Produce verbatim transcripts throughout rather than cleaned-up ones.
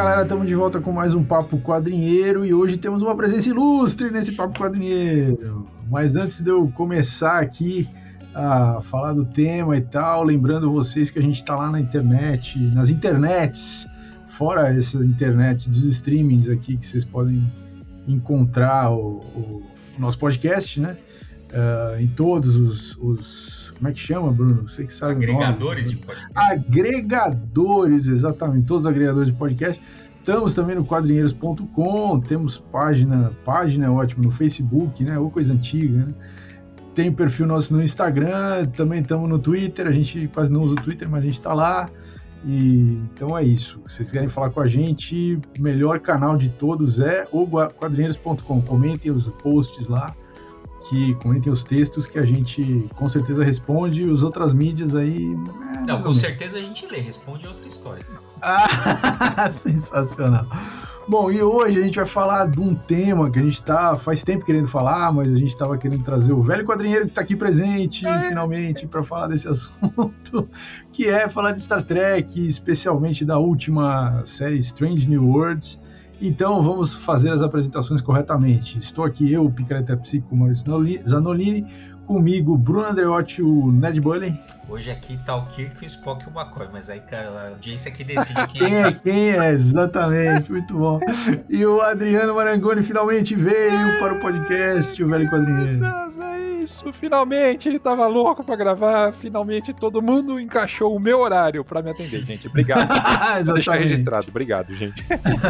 galera, estamos de volta com mais um Papo Quadrinheiro e hoje temos uma presença ilustre nesse Papo Quadrinheiro. Mas antes de eu começar aqui a falar do tema e tal, lembrando vocês que a gente está lá na internet, nas internets, fora essas internets dos streamings aqui que vocês podem encontrar o, o, o nosso podcast, né? Uh, em todos os, os... Como é que chama, Bruno? Você que sabe agregadores o nome. de podcast. Agregadores, exatamente. Todos os agregadores de podcast. Estamos também no quadrinheiros ponto com. Temos página, página é ótimo, no Facebook, né? Ou coisa antiga, né? Tem perfil nosso no Instagram. Também estamos no Twitter. A gente quase não usa o Twitter, mas a gente está lá. E, então é isso. Se vocês querem falar com a gente, o melhor canal de todos é o quadrinheiros ponto com. Comentem os posts lá. Que comentem os textos que a gente com certeza responde, os outras mídias aí... É, não, com certeza a gente lê, responde outra história. Ah, sensacional. Bom, e hoje a gente vai falar de um tema que a gente tá faz tempo querendo falar, mas a gente estava querendo trazer o velho quadrinheiro que está aqui presente, é. finalmente, para falar desse assunto, que é falar de Star Trek, especialmente da última série Strange New Worlds. Então, vamos fazer as apresentações corretamente. Estou aqui eu, Picareta Psico, Maurício Zanolini, comigo, Bruno Andreotti, o Ned Bullen. Hoje aqui tá o Kirk, o Spock e o McCoy, mas aí a audiência que decide quem, quem é quem. é, exatamente, muito bom. E o Adriano Marangoni finalmente veio para o podcast, o Velho Quadrinheiro. É isso, finalmente, tava louco para gravar, finalmente todo mundo encaixou o meu horário para me atender, gente. Obrigado. Vou deixar registrado, obrigado, gente.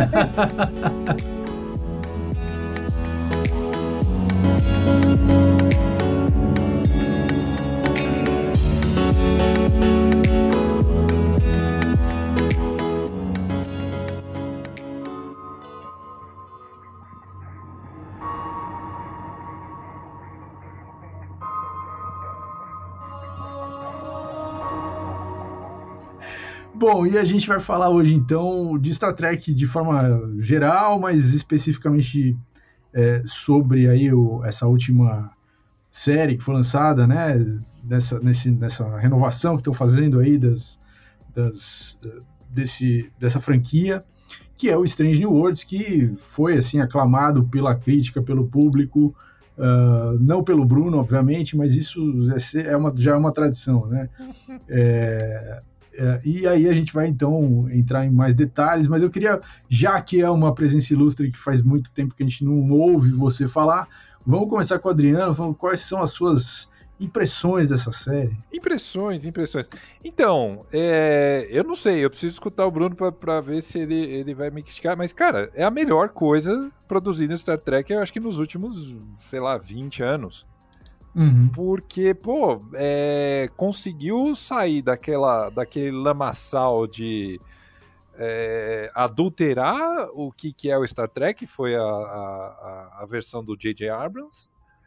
Bom, e a gente vai falar hoje, então, de Star Trek de forma geral, mas especificamente é, sobre aí o, essa última série que foi lançada, né, nessa, nesse, nessa renovação que estão fazendo aí das, das, desse, dessa franquia, que é o Strange New Worlds, que foi, assim, aclamado pela crítica, pelo público, uh, não pelo Bruno, obviamente, mas isso é uma, já é uma tradição, né? É... É, e aí a gente vai então entrar em mais detalhes, mas eu queria, já que é uma presença ilustre que faz muito tempo que a gente não ouve você falar, vamos começar com o Adriano, falando quais são as suas impressões dessa série. Impressões, impressões. Então, é, eu não sei, eu preciso escutar o Bruno para ver se ele, ele vai me criticar, mas cara, é a melhor coisa produzida em Star Trek, eu acho que nos últimos, sei lá, vinte anos. Uhum. Porque, pô, é, conseguiu sair daquela, daquele lamaçal de é, adulterar o que, que é o Star Trek, foi a, a, a versão do J J Abrams,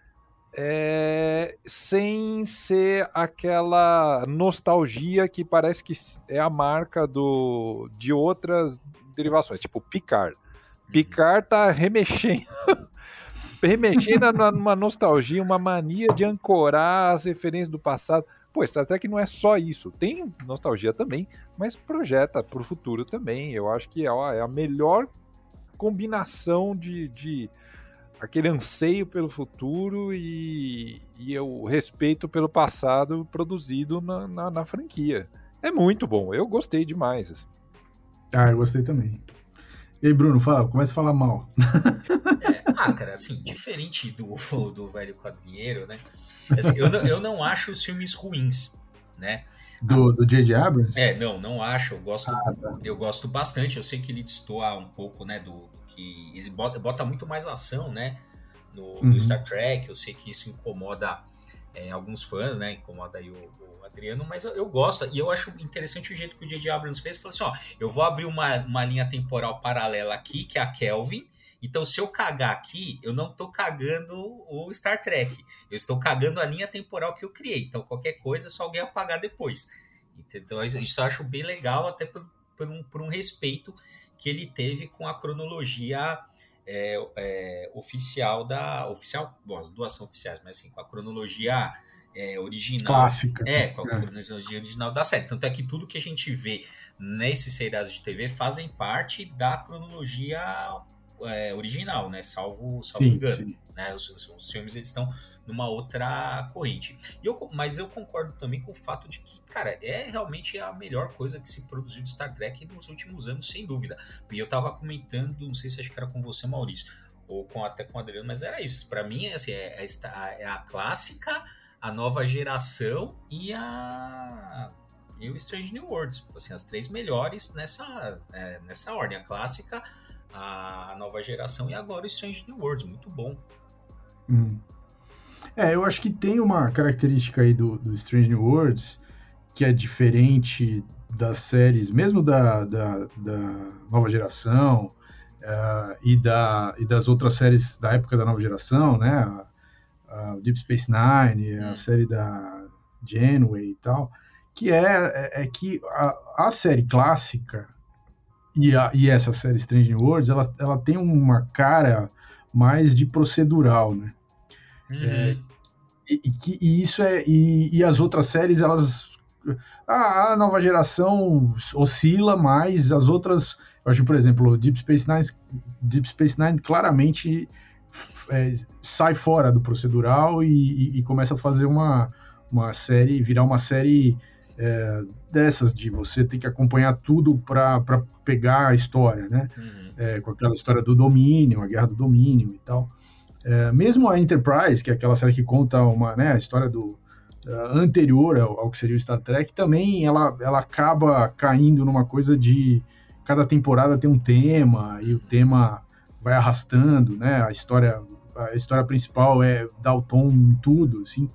é, sem ser aquela nostalgia que parece que é a marca do, de outras derivações, tipo Picard. Picard tá remexendo... remexendo numa nostalgia, uma mania de ancorar as referências do passado. Pô, Star Trek não é só isso. Tem nostalgia também, mas projeta pro futuro também. Eu acho que ó, é a melhor combinação de, de aquele anseio pelo futuro e, e o respeito pelo passado produzido na, na, na franquia. É muito bom. Eu gostei demais. Assim. Ah, eu gostei também. E aí, Bruno, fala, começa a falar mal. É, ah, cara, assim, diferente do, do velho quadrinheiro, né? Assim, eu, não, eu não acho os filmes ruins, né? Do J J Abrams? É, não, não acho. Eu gosto, ah, tá. eu gosto bastante. Eu sei que ele destoa um pouco, né? Do, do que ele bota, bota muito mais ação, né? No, uhum. no Star Trek. Eu sei que isso incomoda é, alguns fãs, né? Incomoda aí o, o Adriano, mas eu, eu gosto. E eu acho interessante o jeito que o J J Abrams fez. Falou assim, ó, eu vou abrir uma, uma linha temporal paralela aqui, que é a Kelvin. Então, se eu cagar aqui, eu não estou cagando o Star Trek. Eu estou cagando a linha temporal que eu criei. Então, qualquer coisa é só alguém apagar depois. Então, isso eu acho bem legal, até por, por, um, por um respeito que ele teve com a cronologia é, é, oficial da... Oficial? Bom, as duas são oficiais, mas assim, com a cronologia é, original. Clássica. É, com a cronologia original da série. Tanto é que tudo que a gente vê nesses seriados de T V fazem parte da cronologia é, original, né? Salvo, salvo Sim, engano. sim. Né? Os, os, os filmes eles estão numa outra corrente. E eu, mas eu concordo também com o fato de que, cara, é realmente a melhor coisa que se produziu de Star Trek nos últimos anos, sem dúvida. E eu tava comentando, não sei se acho que era com você, Maurício, ou com, até com o Adriano, mas era isso. Pra mim, assim, é, é, é a clássica, a nova geração e a... e o Strange New Worlds. Assim, as três melhores nessa, é, nessa ordem. A clássica, a nova geração e agora o Strange New Worlds. Muito bom. Hum. É, eu acho que tem uma característica aí do, do Strange New Worlds que é diferente das séries, mesmo da, da, da nova geração uh, e, da, e das outras séries da época da nova geração, né? A, a Deep Space Nine, a série da Janeway e tal, que é, é, é que a, a série clássica e, a, e essa série Strange New Worlds, ela, ela tem uma cara mais de procedural, né? Uhum. É, e, e, e isso é e, e as outras séries elas a, a nova geração oscila mais, as outras eu acho, por exemplo, Deep Space Nine Deep Space Nine claramente é, sai fora do procedural e, e, e começa a fazer uma, uma série, virar uma série é, dessas de você ter que acompanhar tudo para pegar a história, né? Uhum. É, com aquela história do domínio, a guerra do domínio e tal. É, mesmo a Enterprise, que é aquela série que conta uma, né, a história do, uh, anterior ao, ao que seria o Star Trek, também ela, ela acaba caindo numa coisa de cada temporada tem um tema e o tema vai arrastando, né, a história, a história principal é dar o tom em tudo, assim.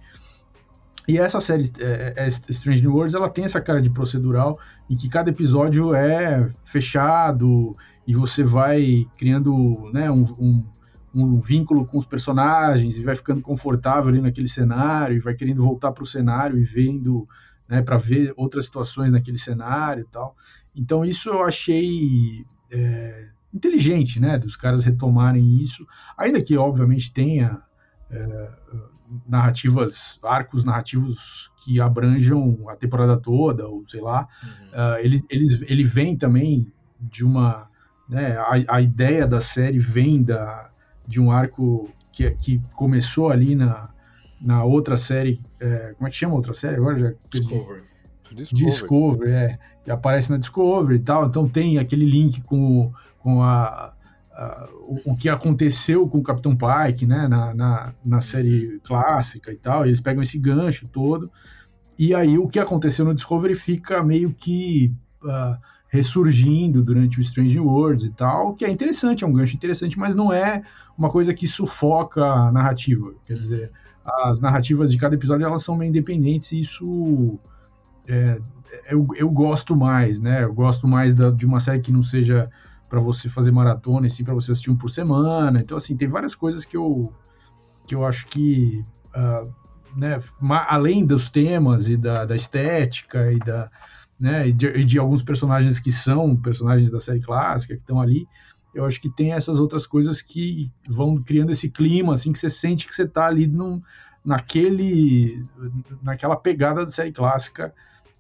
E essa série, é, é Strange New Worlds, ela tem essa cara de procedural em que cada episódio é fechado e você vai criando, né, um, um um vínculo com os personagens e vai ficando confortável ali naquele cenário e vai querendo voltar para o cenário e vendo, né, para ver outras situações naquele cenário e tal. Então isso eu achei é, inteligente, né, dos caras retomarem isso, ainda que obviamente tenha é, narrativas, arcos narrativos que abranjam a temporada toda, ou sei lá, uhum. uh, ele, eles, ele vem também de uma, né, a, a ideia da série vem da de um arco que, que começou ali na, na outra série, é, como é que chama a outra série agora? Já Discovery. Discovery, Discovery é, que aparece na Discovery e tal, então tem aquele link com, com a, a, o, o que aconteceu com o Capitão Pike, né, na, na, na série clássica e tal, eles pegam esse gancho todo, e aí o que aconteceu no Discovery fica meio que... Uh, ressurgindo durante o Strange Worlds e tal, que é interessante, é um gancho interessante, mas não é uma coisa que sufoca a narrativa. Quer dizer, as narrativas de cada episódio elas são meio independentes e isso é, eu, eu gosto mais, né? Eu gosto mais da, de uma série que não seja para você fazer maratona, e sim para você assistir um por semana. Então, assim, tem várias coisas que eu, que eu acho que, uh, né, além dos temas e da, da estética e da né, e de, e de alguns personagens que são personagens da série clássica, que estão ali, eu acho que tem essas outras coisas que vão criando esse clima, assim, que você sente que você está ali num, naquele, naquela pegada da série clássica,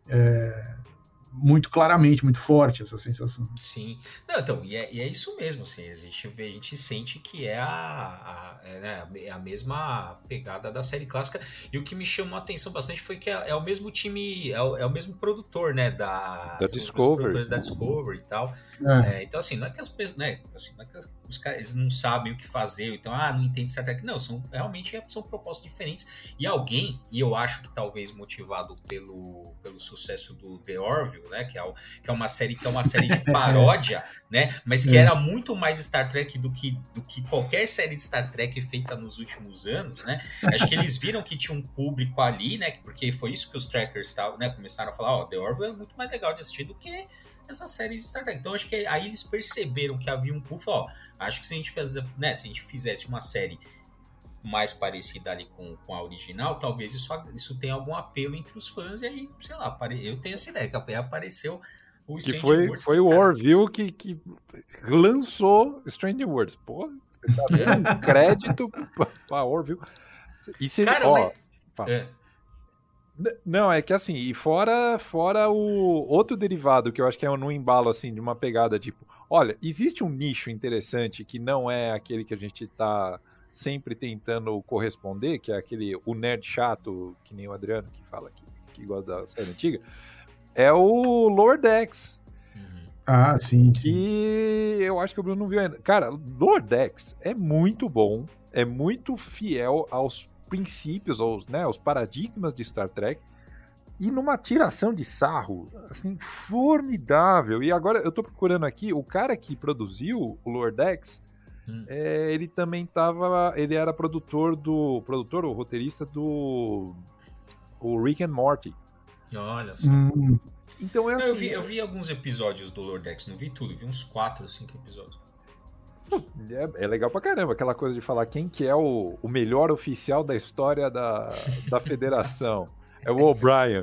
é, muito claramente, muito forte essa sensação. Sim. Não, então, e é, e é isso mesmo, assim, a gente vê, a gente sente que é a, a, é, né, é a mesma pegada da série clássica, e o que me chamou a atenção bastante foi que é, é o mesmo time, é o, é o mesmo produtor, né, da, da Discovery, da Discovery e tal, é. É, então assim, não é que as pessoas, né, assim, não é que as, os caras, eles não sabem o que fazer, então, ah, não entende Star Trek, não, são, realmente são propostas diferentes, e alguém, e eu acho que talvez motivado pelo, pelo sucesso do The Orville, né, que é, o, que é uma série que é uma série de paródia, né, mas que é. era muito mais Star Trek do que, do que qualquer série de Star Trek feita nos últimos anos, né? Acho que eles viram que tinha um público ali, né, porque foi isso que os trackers tal, né, começaram a falar, ó, oh, The Orville é muito mais legal de assistir do que essa série de Star Trek. Então acho que aí eles perceberam que havia um público, ó, acho que se a gente fizesse, né, se a gente fizesse uma série mais parecida ali com, com a original, talvez isso, isso tenha algum apelo entre os fãs, e aí, sei lá, eu tenho essa ideia, que apareceu o que foi, Worlds, foi que, o Orville que, que lançou Strange Worlds. Pô, você tá dando um crédito pra Orville. E se, cara, ó, mas... é. Não, é que assim, e fora, fora o outro derivado, que eu acho que é no embalo, assim, de uma pegada tipo, olha, existe um nicho interessante que não é aquele que a gente tá sempre tentando corresponder, que é aquele, o nerd chato, que nem o Adriano que fala aqui, que gosta da série antiga, é o Lower Decks. Uhum. Ah, sim, sim. Que eu acho que o Bruno não viu ainda. Cara, Lower Decks é muito bom, é muito fiel aos princípios, aos, né, aos paradigmas de Star Trek, e numa tiração de sarro, assim, formidável. E agora eu tô procurando aqui, o cara que produziu o Lower Decks, hum. é, ele também tava, ele era produtor do, produtor ou roteirista do o Rick and Morty. Olha só. Hum. Então é assim... Eu vi, eu vi alguns episódios do Lower Decks, não vi tudo, vi uns quatro, cinco episódios. É, é legal pra caramba, aquela coisa de falar quem que é o, o melhor oficial da história da, da federação. É o O'Brien.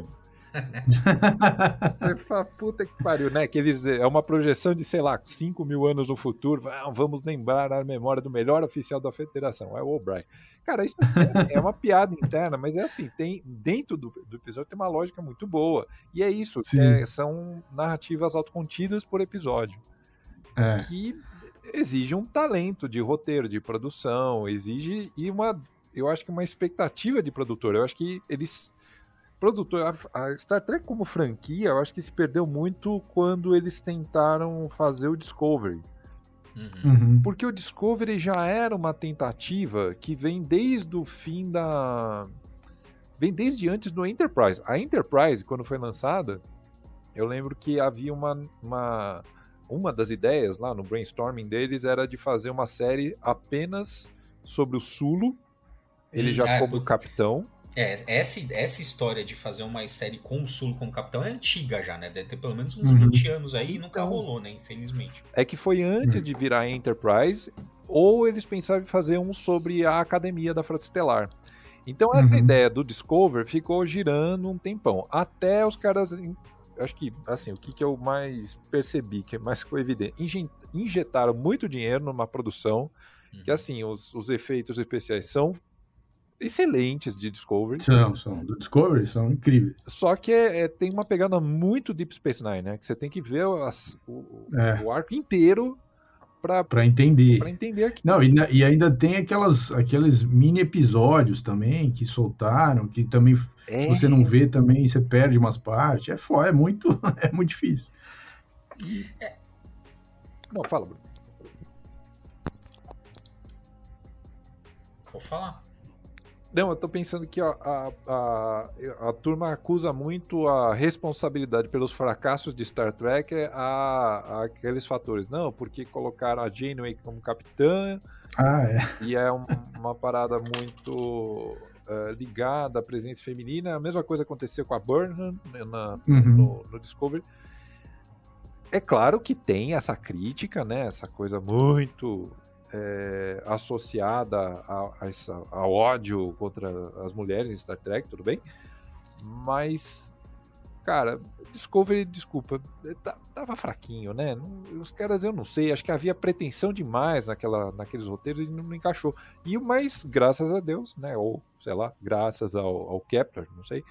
Você fala, puta que pariu, né? Que eles, é uma projeção de, sei lá, cinco mil anos no futuro. Ah, vamos lembrar a memória do melhor oficial da federação. É o O'Brien. Cara, isso é uma piada interna, mas é assim, tem, dentro do, do episódio tem uma lógica muito boa. E é isso, é, são narrativas autocontidas por episódio. É. Que exige um talento de roteiro, de produção, exige e uma, eu acho que uma expectativa de produtor. Eu acho que eles, produtor, a, a Star Trek como franquia, eu acho que se perdeu muito quando eles tentaram fazer o Discovery. Uhum. Porque o Discovery já era uma tentativa que vem desde o fim da... vem desde antes do Enterprise. A Enterprise, quando foi lançada, eu lembro que havia uma... uma Uma das ideias lá no brainstorming deles era de fazer uma série apenas sobre o Sulu, ele hum, já é, como capitão. É, essa, essa história de fazer uma série com o Sulu como capitão é antiga já, né? Deve ter pelo menos uns uhum. vinte anos aí e nunca então, rolou, né? Infelizmente. É que foi antes uhum. de virar a Enterprise, ou eles pensavam em fazer um sobre a Academia da Frota Estelar. Então essa uhum. ideia do Discover ficou girando um tempão, até os caras... Acho que, assim, o que, que eu mais percebi, que é mais ficou evidente, injetaram muito dinheiro numa produção, uhum. que, assim, os, os efeitos especiais são excelentes de Discovery. São, são. Do Discovery são incríveis. Só que é, é, tem uma pegada muito Deep Space Nine, né? Que você tem que ver as, o, é. o arco inteiro pra, pra entender. Pra entender aqui. Não, e, e ainda tem aquelas, aqueles mini episódios também que soltaram, que também... É. Se você não vê também, você perde umas partes. É foda, é muito, é muito difícil. É. Não, fala, Bruno. Vou falar. Não, eu tô pensando que ó, a, a, a turma acusa muito a responsabilidade pelos fracassos de Star Trek a, a aqueles fatores. Não, porque colocaram a Janeway como capitã. Ah, é. E é um, uma parada muito... Uh, ligada à presença feminina. A mesma coisa aconteceu com a Burnham na, uhum. no, no Discovery. É claro que tem essa crítica, né, essa coisa muito é, associada a, a essa, ao ódio contra as mulheres em Star Trek, tudo bem? Mas, cara, Discovery, desculpa, tava fraquinho, né? Os caras, eu não sei, acho que havia pretensão demais naquela, naqueles roteiros e não, não encaixou. E o mais, graças a Deus, né? Ou, sei lá, graças ao, ao Kepler, não sei.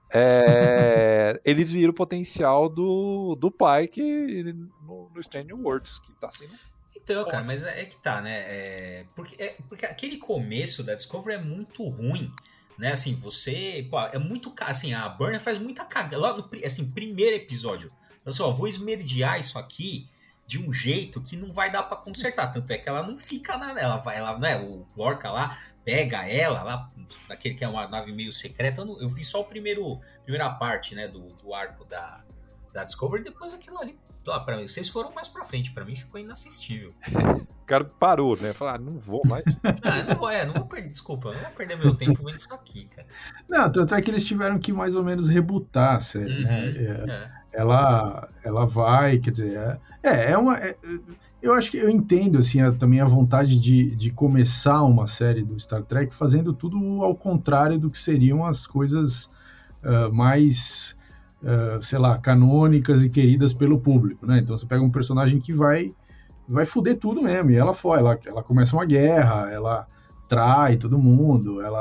É, eles viram o potencial do, do Pike no, no Strange Worlds, que tá sendo... Então, cara, mas é que tá, né? É, porque, é, porque aquele começo da Discovery é muito ruim. Né, assim, você, pô, é muito, assim, a Burnham faz muita cagada, lá no, assim, primeiro episódio, então, assim, ó, vou esmerdear isso aqui de um jeito que não vai dar pra consertar, tanto é que ela não fica nada, ela vai, ela, né, o Lorca lá, pega ela, lá, daquele que é uma nave meio secreta, eu, não, eu vi só o primeiro, primeira parte, né, do, do arco da, da Discovery, depois aquilo ali, lá, pra mim, vocês foram mais pra frente, pra mim ficou inassistível. O cara parou, né? Falar, ah, não vou mais. ah, não vou, é, não vou perder, desculpa, não vou perder meu tempo vendo isso aqui, cara. Não, tanto é que eles tiveram que mais ou menos rebutar a série, uhum, né? É, é. Ela, ela vai, quer dizer, é, é uma... É, eu acho que eu entendo, assim, a, também a vontade de, de começar uma série do Star Trek fazendo tudo ao contrário do que seriam as coisas uh, mais, uh, sei lá, canônicas e queridas pelo público, né? Então você pega um personagem que vai... vai foder tudo mesmo, e ela foi, ela, ela começa uma guerra, ela trai todo mundo, ela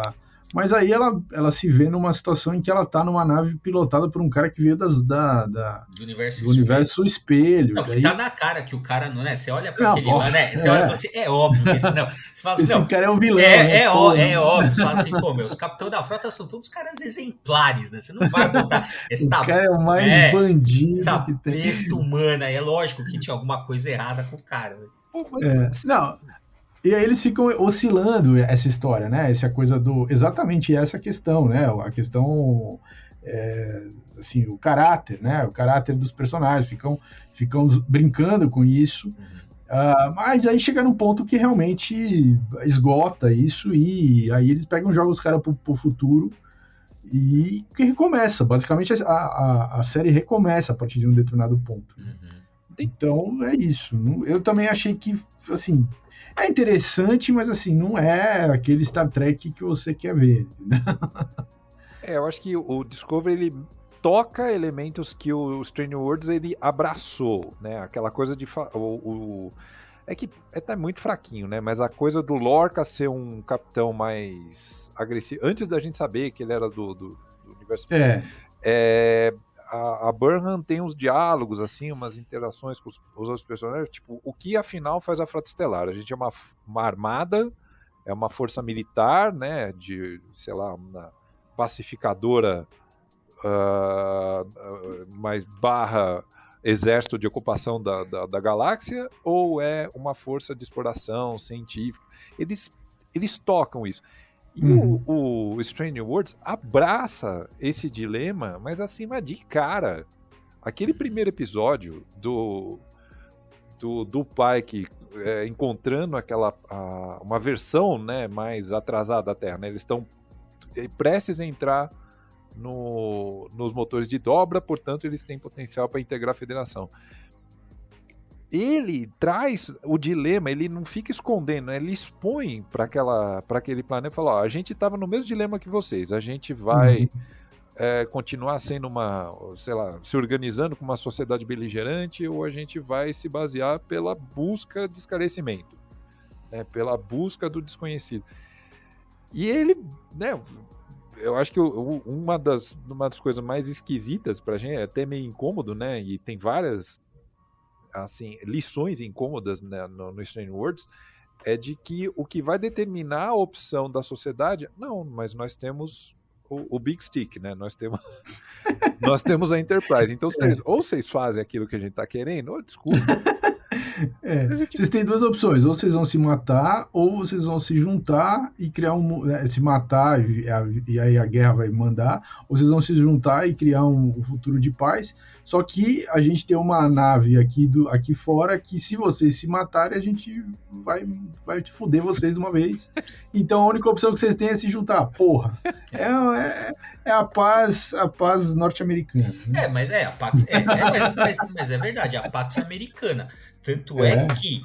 Mas aí ela, ela se vê numa situação em que ela tá numa nave pilotada por um cara que veio das, da, da, do universo, do universo espelho. Não, que daí... tá na cara que o cara, não é? Você olha pra não, aquele pô, lá, né? Você é. olha e fala assim, é óbvio que esse não. Você fala assim, esse não, cara é um vilão. É, né? é, Pô, é óbvio. Você fala assim, pô, meu, os capitães da frota são todos caras exemplares, né? Você não vai botar esta, o cara é o mais é, bandido essa que tem. besta humana. É lógico que tinha alguma coisa errada com o cara. Né? Pô, mas... É, não. E aí eles ficam oscilando essa história, né? Essa coisa do... Exatamente essa questão, né? A questão... É, assim, o caráter, né? O caráter dos personagens. Ficam, ficam brincando com isso. Uhum. Uh, mas aí chega num ponto que realmente esgota isso e aí eles pegam e jogam os caras pro, pro futuro e que recomeça. Basicamente a, a, a série recomeça a partir de um determinado ponto. Uhum. Então é isso. Eu também achei que, assim... É interessante, mas assim, não é aquele Star Trek que você quer ver. É, eu acho que o Discovery, ele toca elementos que o Strange Worlds, ele abraçou, né? Aquela coisa de... O, o, é que é tá muito fraquinho, né? Mas a coisa do Lorca ser um capitão mais agressivo... Antes da gente saber que ele era do, do, do universo... É. é a, a Burnham tem uns diálogos, assim, umas interações com os, os outros personagens, tipo, o que afinal faz a Frota Estelar? A gente é uma, uma armada, é uma força militar, né, de, sei lá, uma pacificadora, uh, uh, mais barra exército de ocupação da, da, da galáxia, ou é uma força de exploração científica? Eles, eles tocam isso. E uhum. o, o Strange Worlds abraça esse dilema, mas acima de cara. Aquele primeiro episódio do, do, do Pike é, encontrando aquela, a, uma versão, né, mais atrasada da Terra. Né? Eles estão prestes a entrar no, nos motores de dobra, portanto eles têm potencial para integrar a Federação. Ele traz o dilema, ele não fica escondendo, né? Ele expõe para aquele planeta e fala, ó, a gente estava no mesmo dilema que vocês, a gente vai uhum. é, continuar sendo uma, sei lá, se organizando com uma sociedade beligerante ou a gente vai se basear pela busca de esclarecimento, né? Pela busca do desconhecido. E ele, né, eu acho que o, uma, das, uma das coisas mais esquisitas pra gente, é até meio incômodo, né, e tem várias assim, lições incômodas, né, no, no Strange Worlds, é de que o que vai determinar a opção da sociedade, não, mas nós temos o, o Big Stick, né, nós temos nós temos a Enterprise, então vocês, é. ou vocês fazem aquilo que a gente tá querendo, ou desculpa. É, gente... Vocês têm duas opções, ou vocês vão se matar, ou vocês vão se juntar e criar um... Né, se matar e, a, e aí a guerra vai mandar, ou vocês vão se juntar e criar um, um futuro de paz, só que a gente tem uma nave aqui, do, aqui fora que se vocês se matarem, a gente vai, vai foder vocês de uma vez. Então a única opção que vocês têm é se juntar. Porra, é, é, é a paz, a paz norte-americana. Né? É, mas é, a Pax, é, é mas, mas, mas é verdade, a Pax americana. Tanto é, é que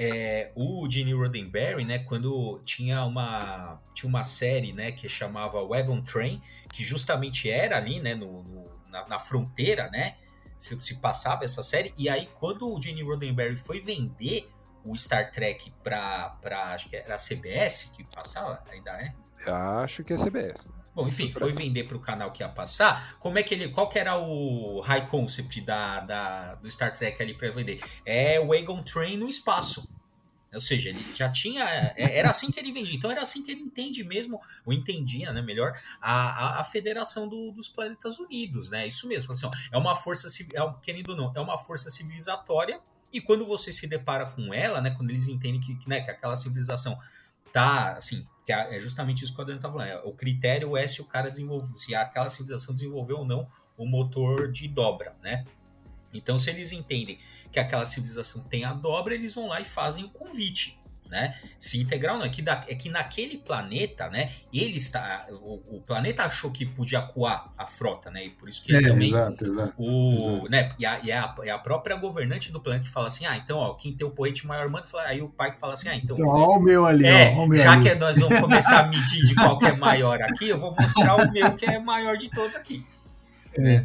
é, o Gene Roddenberry, né, quando tinha uma, tinha uma série, né, que chamava Wagon Train, que justamente era ali, né, no, no, na, na fronteira, né, se, se passava essa série, e aí quando o Gene Roddenberry foi vender o Star Trek para, acho que era a C B S que passava, ainda é? Acho que é a C B S. Bom, enfim, foi vender para o canal que ia passar. Como é que ele, qual que era o high concept da, da, do Star Trek ali para vender? É o Wagon Train no espaço. Ou seja, ele já tinha... Era assim que ele vendia. Então era assim que ele entende mesmo, ou entendia, né, melhor, a, a, a Federação do, dos Planetas Unidos, né? Isso mesmo. Assim, ó, é uma força, é, querendo ou não, é uma força civilizatória e quando você se depara com ela, né, quando eles entendem que, né, que aquela civilização tá, assim... que é justamente isso que o Adriano tá falando, é, o critério é se o cara desenvolveu, se aquela civilização desenvolveu ou não o motor de dobra, né? Então, se eles entendem que aquela civilização tem a dobra, eles vão lá e fazem o convite, né? Se integrar ou não, é que, da, é que naquele planeta, né, ele está, o, o planeta achou que podia acuar a frota, né, e por isso que é, ele também, exato, exato, o, exato. Né, e a, e, a, e a própria governante do planeta que fala assim, ah, então, ó, quem tem o poete maior manda, aí o pai que fala assim, ah, então... Então, ó o meu ali, é, ó, o meu já ali. que nós vamos começar a medir de qual que é maior aqui, eu vou mostrar o meu que é maior de todos aqui, é. né?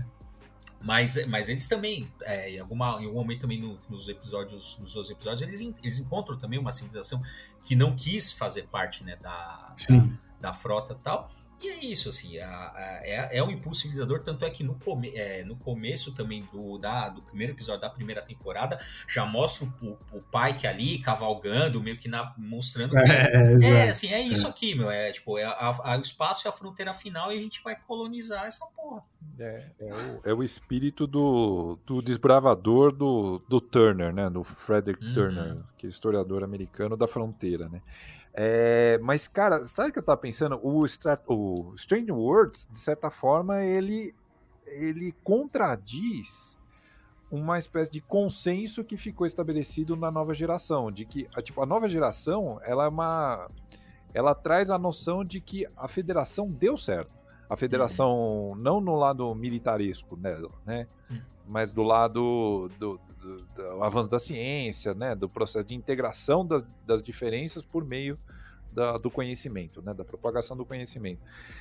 Mas, mas eles também, é, em, alguma, em algum momento também nos, nos episódios, nos dois episódios, eles, eles encontram também uma civilização que não quis fazer parte, né, da, da, da frota e tal. E é isso, assim, a, a, é, é um impulsionizador, tanto é que no, come, é, no começo também do, da, do primeiro episódio da primeira temporada, já mostra o, o Pike ali, cavalgando, meio que na, mostrando que é, é, é, assim, é isso é. aqui, meu, é tipo, é a, a, o espaço é a fronteira final e a gente vai colonizar essa porra. É, é, o, é o espírito do, do desbravador do, do Turner, né, do Frederick uhum. Turner, que é historiador americano da fronteira, né. É, mas, cara, sabe o que eu tava pensando? O, o Strange Worlds, de certa forma, ele, ele contradiz uma espécie de consenso que ficou estabelecido na nova geração, de que a, tipo, a nova geração ela, é uma, ela traz a noção de que a federação deu certo. A federação, uhum. não no lado militaresco, né, né uhum. mas do lado do, do, do avanço da ciência, né, do processo de integração das, das diferenças por meio da, do conhecimento, né, da propagação do conhecimento.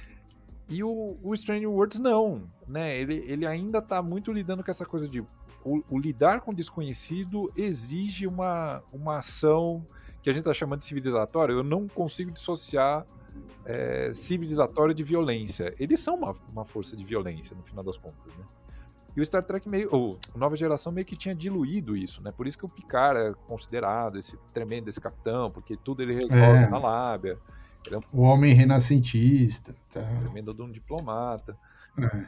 E o, o Strange Worlds não, né, ele, ele ainda está muito lidando com essa coisa de o, o lidar com o desconhecido exige uma, uma ação que a gente está chamando de civilizatória. Eu não consigo dissociar É, civilizatório de violência. Eles são uma, uma força de violência, no final das contas, né? E o Star Trek meio, ou a nova geração meio que tinha diluído isso, né? Por isso que o Picard é considerado esse tremendo, esse capitão, porque tudo ele resolve é. na lábia. Ele é um... O homem renascentista. Tá. Tremendo de um diplomata. É.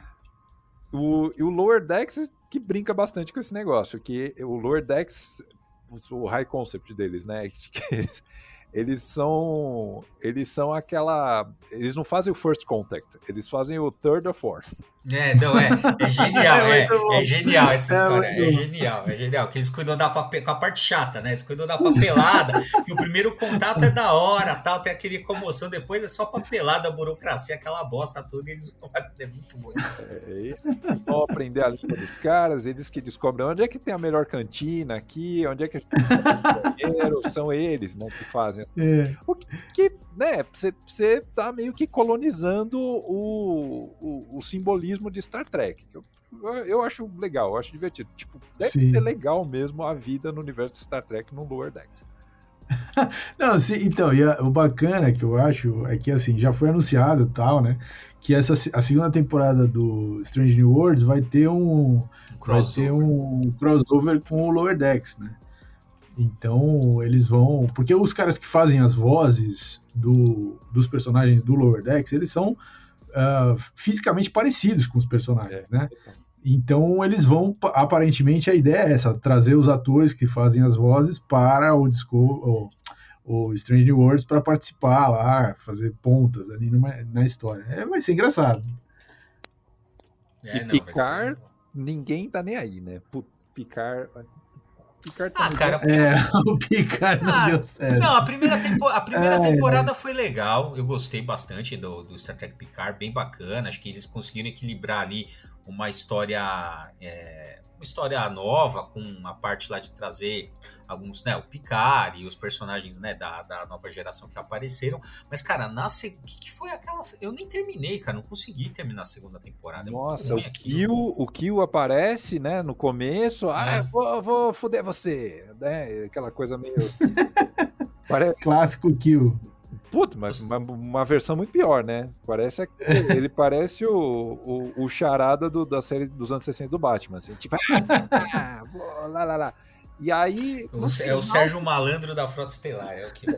O, e o Lower Decks que brinca bastante com esse negócio, que o Lower Decks, o high concept deles, né? Que eles são eles são aquela, eles não fazem o first contact, eles fazem o third or fourth. É, não, é, é genial, é, é, é genial essa história, é, é genial, é genial, que eles cuidam da papel, com a parte chata, né, eles cuidam da papelada, que o primeiro contato é da hora, tal, tem aquele comoção, depois é só papelada, burocracia, aquela bosta toda, e eles vão, é muito bom isso. É, eles vão aprender a língua dos caras, eles que descobrem onde é que tem a melhor cantina aqui, onde é que a gente tem dinheiro, são eles, né, que fazem. É. O que, que né, você, você tá meio que colonizando o, o, o simbolismo de Star Trek. Eu, eu acho legal, eu acho divertido. Tipo, deve sim. ser legal mesmo a vida no universo de Star Trek no Lower Decks. Não, sim, então, e a, o bacana que eu acho é que, assim, já foi anunciado e tal, né, que essa, a segunda temporada do Strange New Worlds vai ter um, vai ter um crossover com o Lower Decks, né. Então, eles vão... Porque os caras que fazem as vozes do, dos personagens do Lower Decks, eles são uh, fisicamente parecidos com os personagens, né? Então, eles vão... Aparentemente, a ideia é essa, trazer os atores que fazem as vozes para o, Disco, o, o Strange New Worlds para participar lá, fazer pontas ali numa, na história. É, vai ser engraçado. É, e não, Picard, ser... ninguém tá nem aí, né? Picard... Picard ah, cara, porque... É, o Picard não ah, deu certo. Não, a primeira, tempo... a primeira é, temporada é. foi legal. Eu gostei bastante do, do Star Trek Picard, bem bacana. Acho que eles conseguiram equilibrar ali uma história, é, uma história nova, com a parte lá de trazer alguns, né, o Picard e os personagens, né, da, da nova geração que apareceram. Mas, cara, na se... que, que foi aquela... Eu nem terminei, cara, não consegui terminar a segunda temporada. Nossa, o Kill, o Kill aparece, né, no começo, ah, é. vou, vou foder você, né, aquela coisa meio... Parece... Clássico Kill. Puta, mas uma, uma versão muito pior, né? Parece ele parece o, o, o charada do, da série dos anos sessenta do Batman, assim, tipo, ah, vou, lá, lá, lá. E aí... O, final... É o Sérgio Malandro da Frota Estelar, é o que...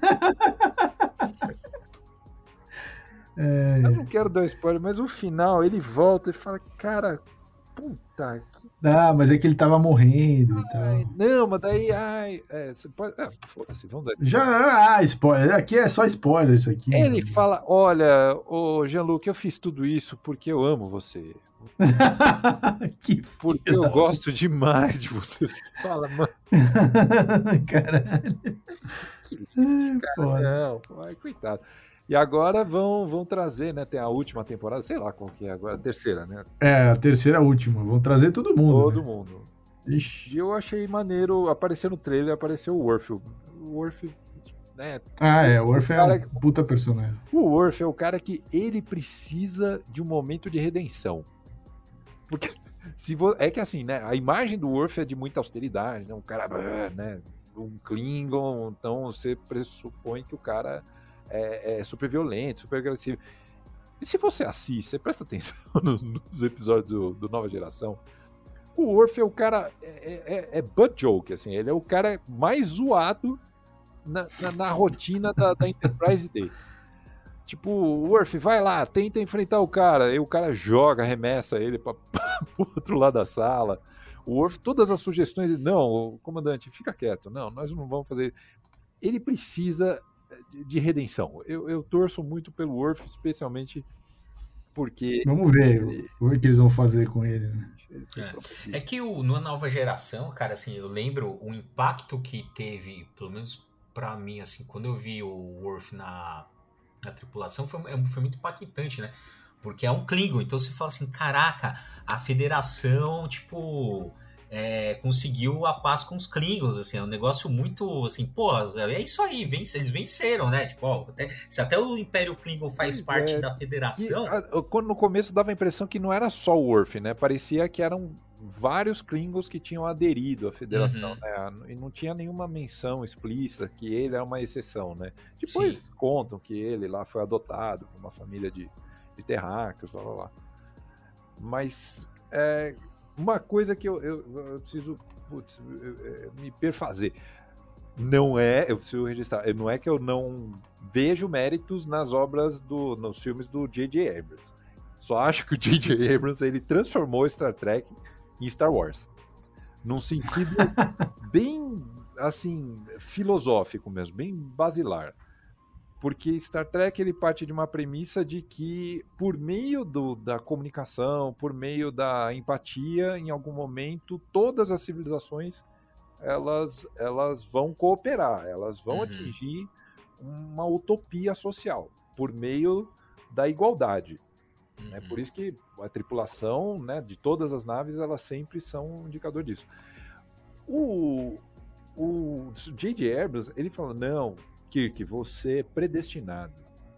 é... Eu não quero dar spoiler, mas o final, ele volta e fala, cara, puta que... Ah, mas é que ele tava morrendo e tal. Não, mas daí, ai... É, você pode... Ah, foda-se, vamos dar... Já, ah, spoiler, aqui é só spoiler isso aqui. Ele né? fala, olha, ô Jean-Luc, eu fiz tudo isso porque eu amo você. que porque eu Deus. gosto demais de você. Você fala, mano. Caralho. Que cara, não, ai, coitado. E agora vão, vão trazer, né? Tem a última temporada, sei lá qual que é agora, a terceira, né? É, a terceira a última. Vão trazer todo mundo. Todo né? mundo. Ixi. E eu achei maneiro, apareceu no trailer, apareceu o Worf. O Worf, né? Ah, é, o Worf é um puta personagem. O Worf é o cara que ele precisa de um momento de redenção. Porque se vo... é que assim, né? A imagem do Worf é de muita austeridade, né? Um cara, né? Um Klingon, então você pressupõe que o cara é, é super violento, super agressivo. E se você assiste, você presta atenção nos, nos episódios do, do Nova Geração, o Worf é o cara, é, é, é butt joke, assim, ele é o cara mais zoado na, na, na rotina da, da Enterprise D. Tipo, o Worf, vai lá, tenta enfrentar o cara, aí o cara joga, arremessa ele para o outro lado da sala. O Worf, todas as sugestões, não, comandante, fica quieto, não, nós não vamos fazer. Ele precisa de, de redenção. Eu, eu torço muito pelo Worf, especialmente porque... Vamos ver ele... o que eles vão fazer com ele, né? É, é que o, na Nova Geração, cara, assim, eu lembro o impacto que teve, pelo menos pra mim, assim, quando eu vi o Worf na, na tripulação, foi, foi muito impactante, né? Porque é um Klingon, então você fala assim, caraca, a Federação, tipo, é, conseguiu a paz com os Klingons, assim, é um negócio muito, assim, pô, é isso aí, vence, eles venceram, né? Tipo, ó, até, se até o Império Klingon faz pois parte é, da Federação... E, quando no começo dava a impressão que não era só o Worf, né? Parecia que eram vários Klingons que tinham aderido à Federação, uhum. né? E não tinha nenhuma menção explícita que ele é uma exceção, né? Depois Sim. contam que ele lá foi adotado por uma família de... de terráqueos, blá blá blá. Mas é, uma coisa que eu, eu, eu preciso putz, eu, eu, me perfazer. Não é, eu preciso registrar, não é que eu não vejo méritos nas obras, do, nos filmes do J J Abrams. Só acho que o J J Abrams ele transformou Star Trek em Star Wars. Num sentido bem, assim, filosófico mesmo, bem basilar. Porque Star Trek ele parte de uma premissa de que por meio do, da comunicação, por meio da empatia, em algum momento, todas as civilizações elas, elas vão cooperar, elas vão uhum. atingir uma utopia social, por meio da igualdade. Uhum. É por isso que a tripulação, né, de todas as naves, elas sempre são um indicador disso. O, o J J Abrams, ele fala, não... Kirk, você é predestinado.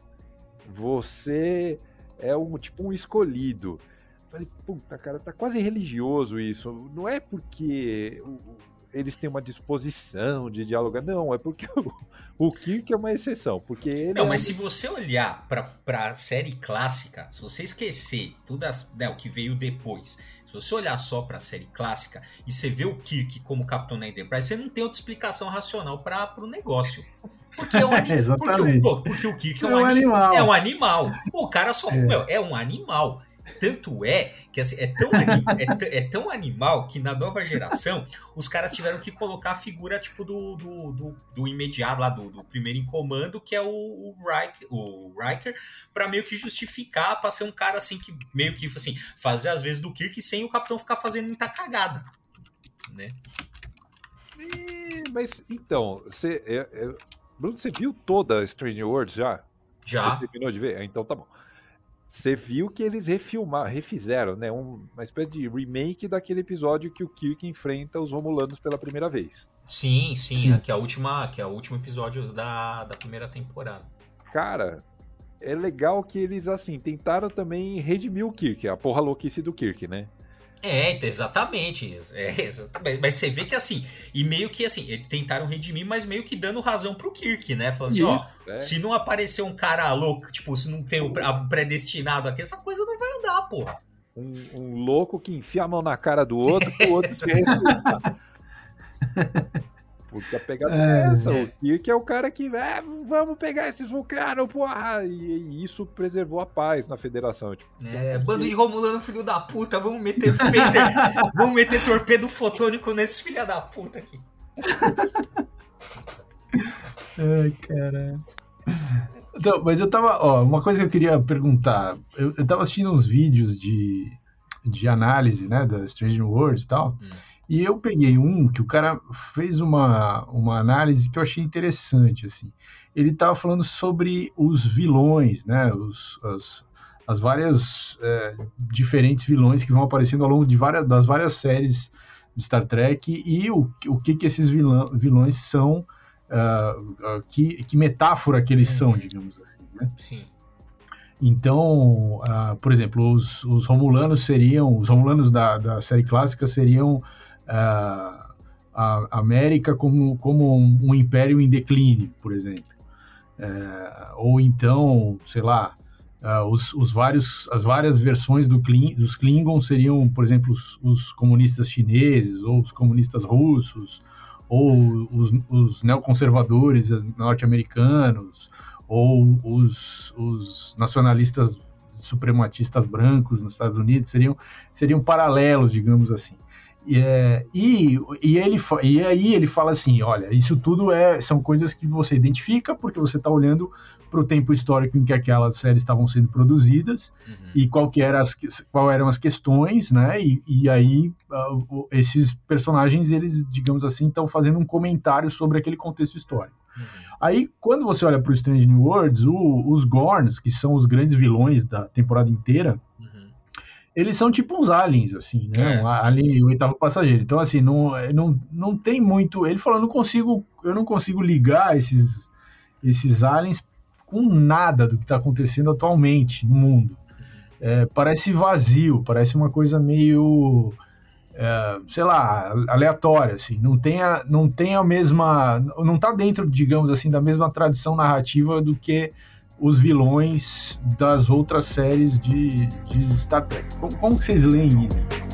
Você é um tipo um escolhido. Falei, puta, cara, tá quase religioso isso. Não é porque o, eles têm uma disposição de dialogar, não, é porque o, o Kirk é uma exceção. Porque ele não, é mas um... se você olhar pra, pra série clássica, se você esquecer tudo as, né, o que veio depois, se você olhar só pra série clássica e você vê o Kirk como Capitão da Enterprise, você não tem outra explicação racional para pro negócio. Porque, é um anim... porque, o, porque o Kirk é um, é um anim... animal. É um animal. O cara só é. Meu, é um animal. Tanto é que assim, é, tão anim... é, t... é tão animal que na Nova Geração os caras tiveram que colocar a figura tipo do, do, do, do imediato lá, do, do primeiro em comando, que é o, o, Riker, o Riker, pra meio que justificar, pra ser um cara assim que meio que assim, fazer às vezes do Kirk sem o capitão ficar fazendo muita cagada, né? E... Mas então, você... É, é... Bruno, você viu toda a Strange Worlds já? Já. Você terminou de ver? Então tá bom. Você viu que eles refilmaram, refizeram, né? Um, uma espécie de remake daquele episódio que o Kirk enfrenta os Romulanos pela primeira vez. Sim, sim, sim. Que é a última, que é o último episódio da, da primeira temporada. Cara, é legal que eles, assim, tentaram também redimir o Kirk, a porra louquice do Kirk, né? É, exatamente, é, exatamente. Mas você vê que assim, e meio que assim, eles tentaram redimir, mas meio que dando razão pro Kirk, né? Falando assim, Isso, ó, é. se não aparecer um cara louco, tipo, se não tem o predestinado aqui, essa coisa não vai andar, porra. Um, um louco que enfia a mão na cara do outro, pro outro se respeitar. Porque a pegada é, é essa, é. O Kirk é o cara que, é, vamos pegar esses vulcanos, porra, e, e isso preservou a paz na federação. Tipo, é, bando de Romulano, filho da puta, vamos meter phaser, vamos meter torpedo fotônico nesses filha da puta aqui. Ai, caralho. Então, mas eu tava, ó, uma coisa que eu queria perguntar, eu, eu tava assistindo uns vídeos de, de análise, né, da Strange Worlds e tal, hum. E eu peguei um que o cara fez uma, uma análise que eu achei interessante, assim. Ele estava falando sobre os vilões, né? Os, as, as várias é, diferentes vilões que vão aparecendo ao longo de várias, das várias séries de Star Trek e o, o que, que esses vilão, vilões são, uh, uh, que, que metáfora que eles são, digamos assim, né? Sim. Então, uh, por exemplo, os, os Romulanos seriam, os Romulanos da, da série clássica seriam Uh, a América como, como um, um império em declínio, por exemplo. Uh, ou então, sei lá, uh, os, os vários, as várias versões do Kling, dos Klingons seriam, por exemplo, os, os comunistas chineses, ou os comunistas russos, ou os, os neoconservadores norte-americanos, ou os, os nacionalistas suprematistas brancos nos Estados Unidos, seriam, seriam paralelos, digamos assim. E, é, e, e, ele, e aí ele fala assim, olha, isso tudo é, são coisas que você identifica porque você está olhando para o tempo histórico em que aquelas séries estavam sendo produzidas, uhum. e qual que era as, qual eram as questões, né? E, e aí uh, esses personagens, eles, digamos assim, estão fazendo um comentário sobre aquele contexto histórico. Uhum. Aí, quando você olha para o Strange New Worlds, o, os Gorns, que são os grandes vilões da temporada inteira, uhum. eles são tipo uns aliens, assim, né? É, um alien, o oitavo passageiro. Então, assim, não, não, não tem muito... Ele falou, não consigo, eu não consigo ligar esses, esses aliens com nada do que está acontecendo atualmente no mundo. É, parece vazio, parece uma coisa meio, é, sei lá, aleatória, assim. Não tem a, não tem a mesma... Não está dentro, digamos assim, da mesma tradição narrativa do que os vilões das outras séries de, de Star Trek. Como, como que vocês leem isso?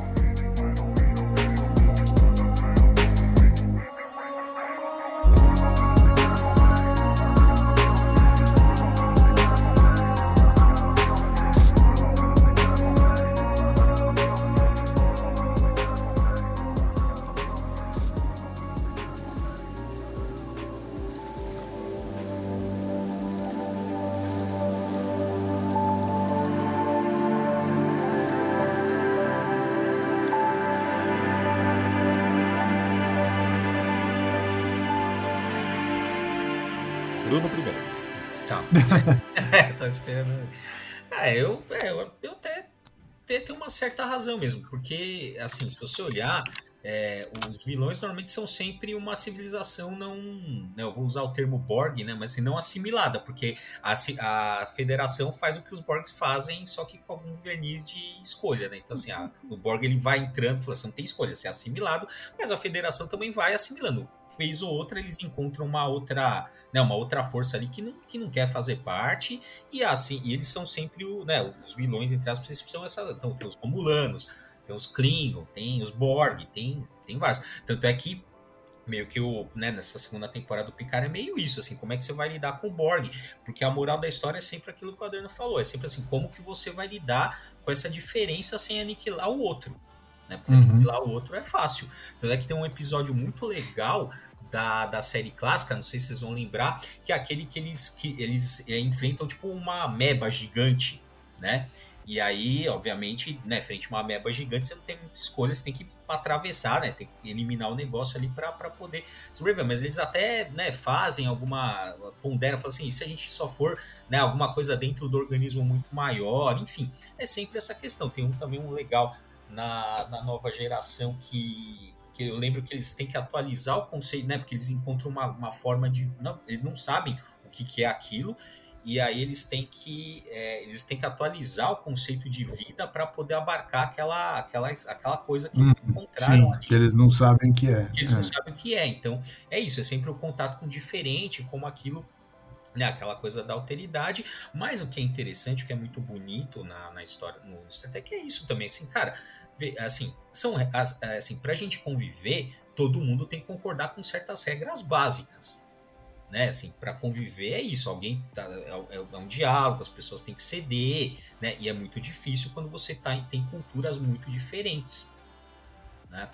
Tô esperando. É, eu, é, eu, eu até, até tenho uma certa razão mesmo, porque, assim, se você olhar, é, os vilões normalmente são sempre uma civilização não, né, eu vou usar o termo Borg, né, mas assim, não assimilada, porque a, a Federação faz o que os Borgs fazem, só que com algum verniz de escolha, né, então assim, a, o Borg ele vai entrando, fala assim, não tem escolha, você é assimilado, mas a Federação também vai assimilando. Vez ou outra eles encontram uma outra, né, uma outra força ali que não, que não quer fazer parte, e assim, e eles são sempre o, né, os vilões, entre aspas, são essas, então tem os Romulanos, tem os Klingon, tem os Borg, tem, tem vários. Tanto é que meio que o, né, nessa segunda temporada do Picard é meio isso, assim, como é que você vai lidar com o Borg? Porque a moral da história é sempre aquilo que o Adorno falou, é sempre assim, como que você vai lidar com essa diferença sem aniquilar o outro? Né? Porque uhum. aniquilar o outro é fácil. Tanto é que tem um episódio muito legal da, da série clássica, não sei se vocês vão lembrar, que é aquele que eles, que eles é, enfrentam tipo uma ameba gigante, né? E aí, obviamente, né, frente a uma ameba gigante, você não tem muita escolha, você tem que atravessar, né? Tem que eliminar o negócio ali para poder sobreviver. Mas eles até, né, fazem alguma... ponderam, falam assim, e se a gente só for, né, alguma coisa dentro do organismo muito maior? Enfim, é sempre essa questão. Tem um, também um legal na, na nova geração que... que eu lembro que eles têm que atualizar o conceito, né? Porque eles encontram uma, uma forma de... Não, eles não sabem o que, que é aquilo, e aí eles têm que, é, eles têm que atualizar o conceito de vida para poder abarcar aquela, aquela, aquela coisa que eles hum, encontraram sim, ali. Que eles não sabem o que é. Que eles é. não sabem o que é. Então, é isso, é sempre o contato com o diferente, como aquilo... Né, aquela coisa da alteridade, mas o que é interessante, o que é muito bonito na, na história no Star Trek é isso também, assim, cara, vê, assim, são, assim, pra gente conviver, todo mundo tem que concordar com certas regras básicas, né, assim, pra conviver é isso, alguém tá, é, é um diálogo, as pessoas têm que ceder, né, e é muito difícil quando você tá, tem culturas muito diferentes, né.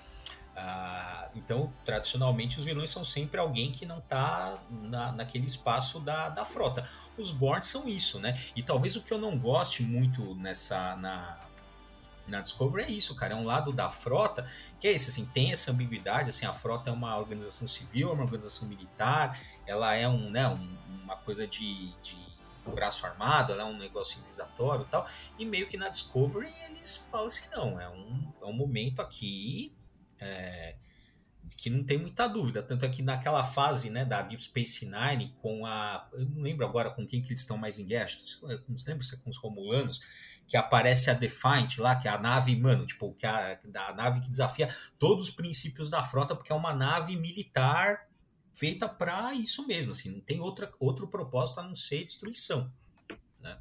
Ah, então, tradicionalmente, os vilões são sempre alguém que não está na, naquele espaço da, da frota. Os Gorns são isso, né? E talvez o que eu não goste muito nessa na, na Discovery é isso, cara. É um lado da frota que é esse, assim, tem essa ambiguidade, assim, a frota é uma organização civil, é uma organização militar, ela é um, né, um, uma coisa de, de braço armado, ela é um negócio civilizatório e tal, e meio que na Discovery eles falam assim, não, é um, é um momento aqui... É, que não tem muita dúvida, tanto é que naquela fase, né, da Deep Space Nine com a, eu não lembro agora com quem que eles estão mais em guerra, não lembro se é com os Romulanos, que aparece a Defiant lá, que é a nave, mano, tipo, que a, a nave que desafia todos os princípios da frota, porque é uma nave militar feita para isso mesmo, assim, não tem outra, outro propósito a não ser destruição, né?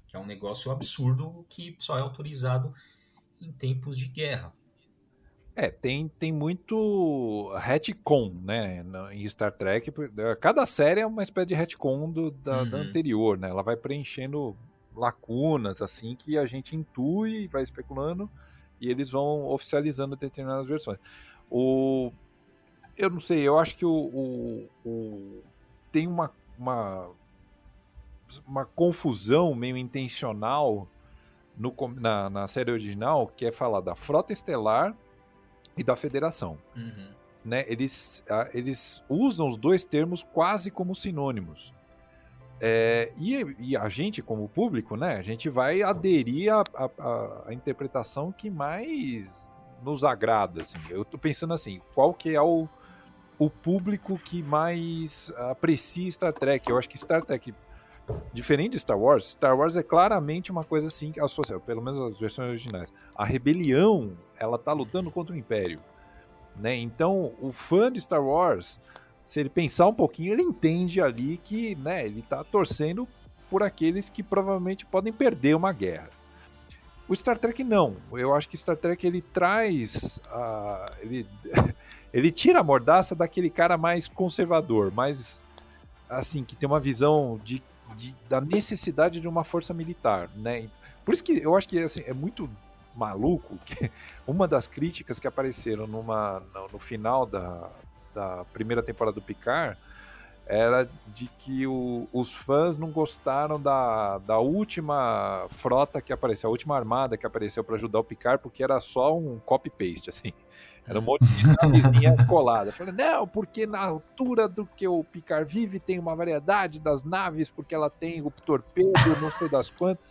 que é um negócio absurdo que só é autorizado em tempos de guerra. É, tem, tem muito retcon, né, em Star Trek. Cada série é uma espécie de retcon do, da, Uhum. da anterior, né? Ela vai preenchendo lacunas, assim, que a gente intui, vai especulando, e eles vão oficializando determinadas versões. O, eu não sei, eu acho que o, o, o tem uma, uma, uma confusão meio intencional no, na, na série original, que é falar da Frota Estelar e da Federação. Uhum. Né? Eles, eles usam os dois termos quase como sinônimos. É, e, e a gente, como público, né, a gente vai aderir à, à, à interpretação que mais nos agrada. Assim. Eu tô pensando assim, qual que é o, o público que mais aprecia Star Trek? Eu acho que Star Trek, diferente de Star Wars, Star Wars é claramente uma coisa assim que associa, pelo menos as versões originais. A rebelião, ela tá lutando contra o Império. Né? Então, o fã de Star Wars, se ele pensar um pouquinho, ele entende ali que, né, ele tá torcendo por aqueles que provavelmente podem perder uma guerra. O Star Trek não. Eu acho que Star Trek ele traz uh, ele, ele tira a mordaça daquele cara mais conservador, mais assim, que tem uma visão de, de, da necessidade de uma força militar, né? Por isso que eu acho que assim, é muito maluco que uma das críticas que apareceram numa, no, no final da, da primeira temporada do Picard era de que o, os fãs não gostaram da, da última frota que apareceu, a última armada que apareceu para ajudar o Picard, porque era só um copy-paste, assim. Era um monte de navezinha colada. Eu falei, não, porque na altura do que o Picard vive tem uma variedade das naves, porque ela tem o torpedo, não sei das quantas.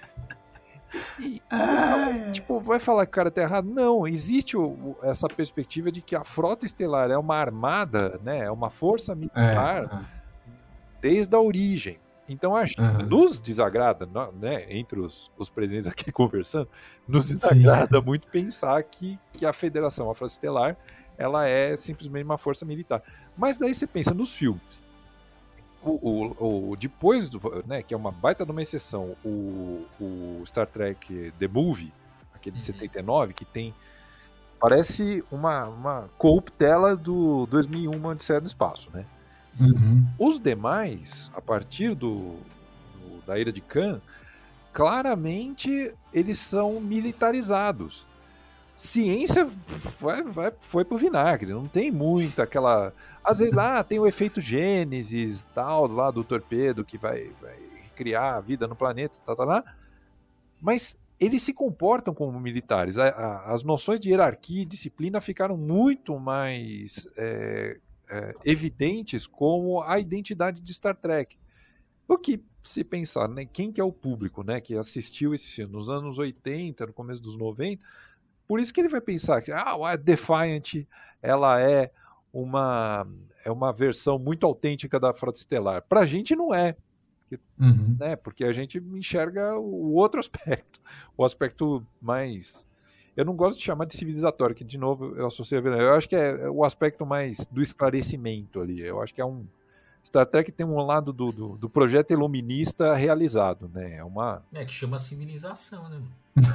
E, e, tipo, vai falar que o cara tá errado? Não, existe o, essa perspectiva de que a Frota Estelar é uma armada, né, é uma força militar é, é. desde a origem. Então a gente, uhum. nos desagrada, né, entre os, os presentes aqui conversando, nos desagrada Sim. muito pensar que, que a Federação, a Frota Estelar, ela é simplesmente uma força militar. Mas daí você pensa nos filmes. O, o, o, depois, do, né, que é uma baita de uma exceção, o, o Star Trek The Movie, aquele de uhum. setenta e nove, que tem, parece uma, uma corruptela do dois mil e um, Odisseia no Espaço, né? Uhum. Os demais, a partir do, do, da Era de Khan, claramente eles são militarizados. Ciência vai, vai, foi pro vinagre, não tem muito aquela... Às vezes lá tem o efeito Gênesis, tal, lá do torpedo que vai, vai criar a vida no planeta, tal, tal, lá. Mas eles se comportam como militares. A, a, as noções de hierarquia e disciplina ficaram muito mais é, é, evidentes como a identidade de Star Trek. O que, se pensar, né, quem que é o público, né, que assistiu esse filme nos anos oitenta, no começo dos noventa, por isso que ele vai pensar que ah, a Defiant ela é uma, é uma versão muito autêntica da Frota Estelar. Pra gente não é. Porque, uhum. né, porque a gente enxerga o outro aspecto. O aspecto mais... Eu não gosto de chamar de civilizatório, que de novo eu associo a ver. Eu acho que é o aspecto mais do esclarecimento ali. Eu acho que é um... Star Trek tem um lado do, do, do projeto iluminista realizado, né? É uma... É, que chama civilização, né?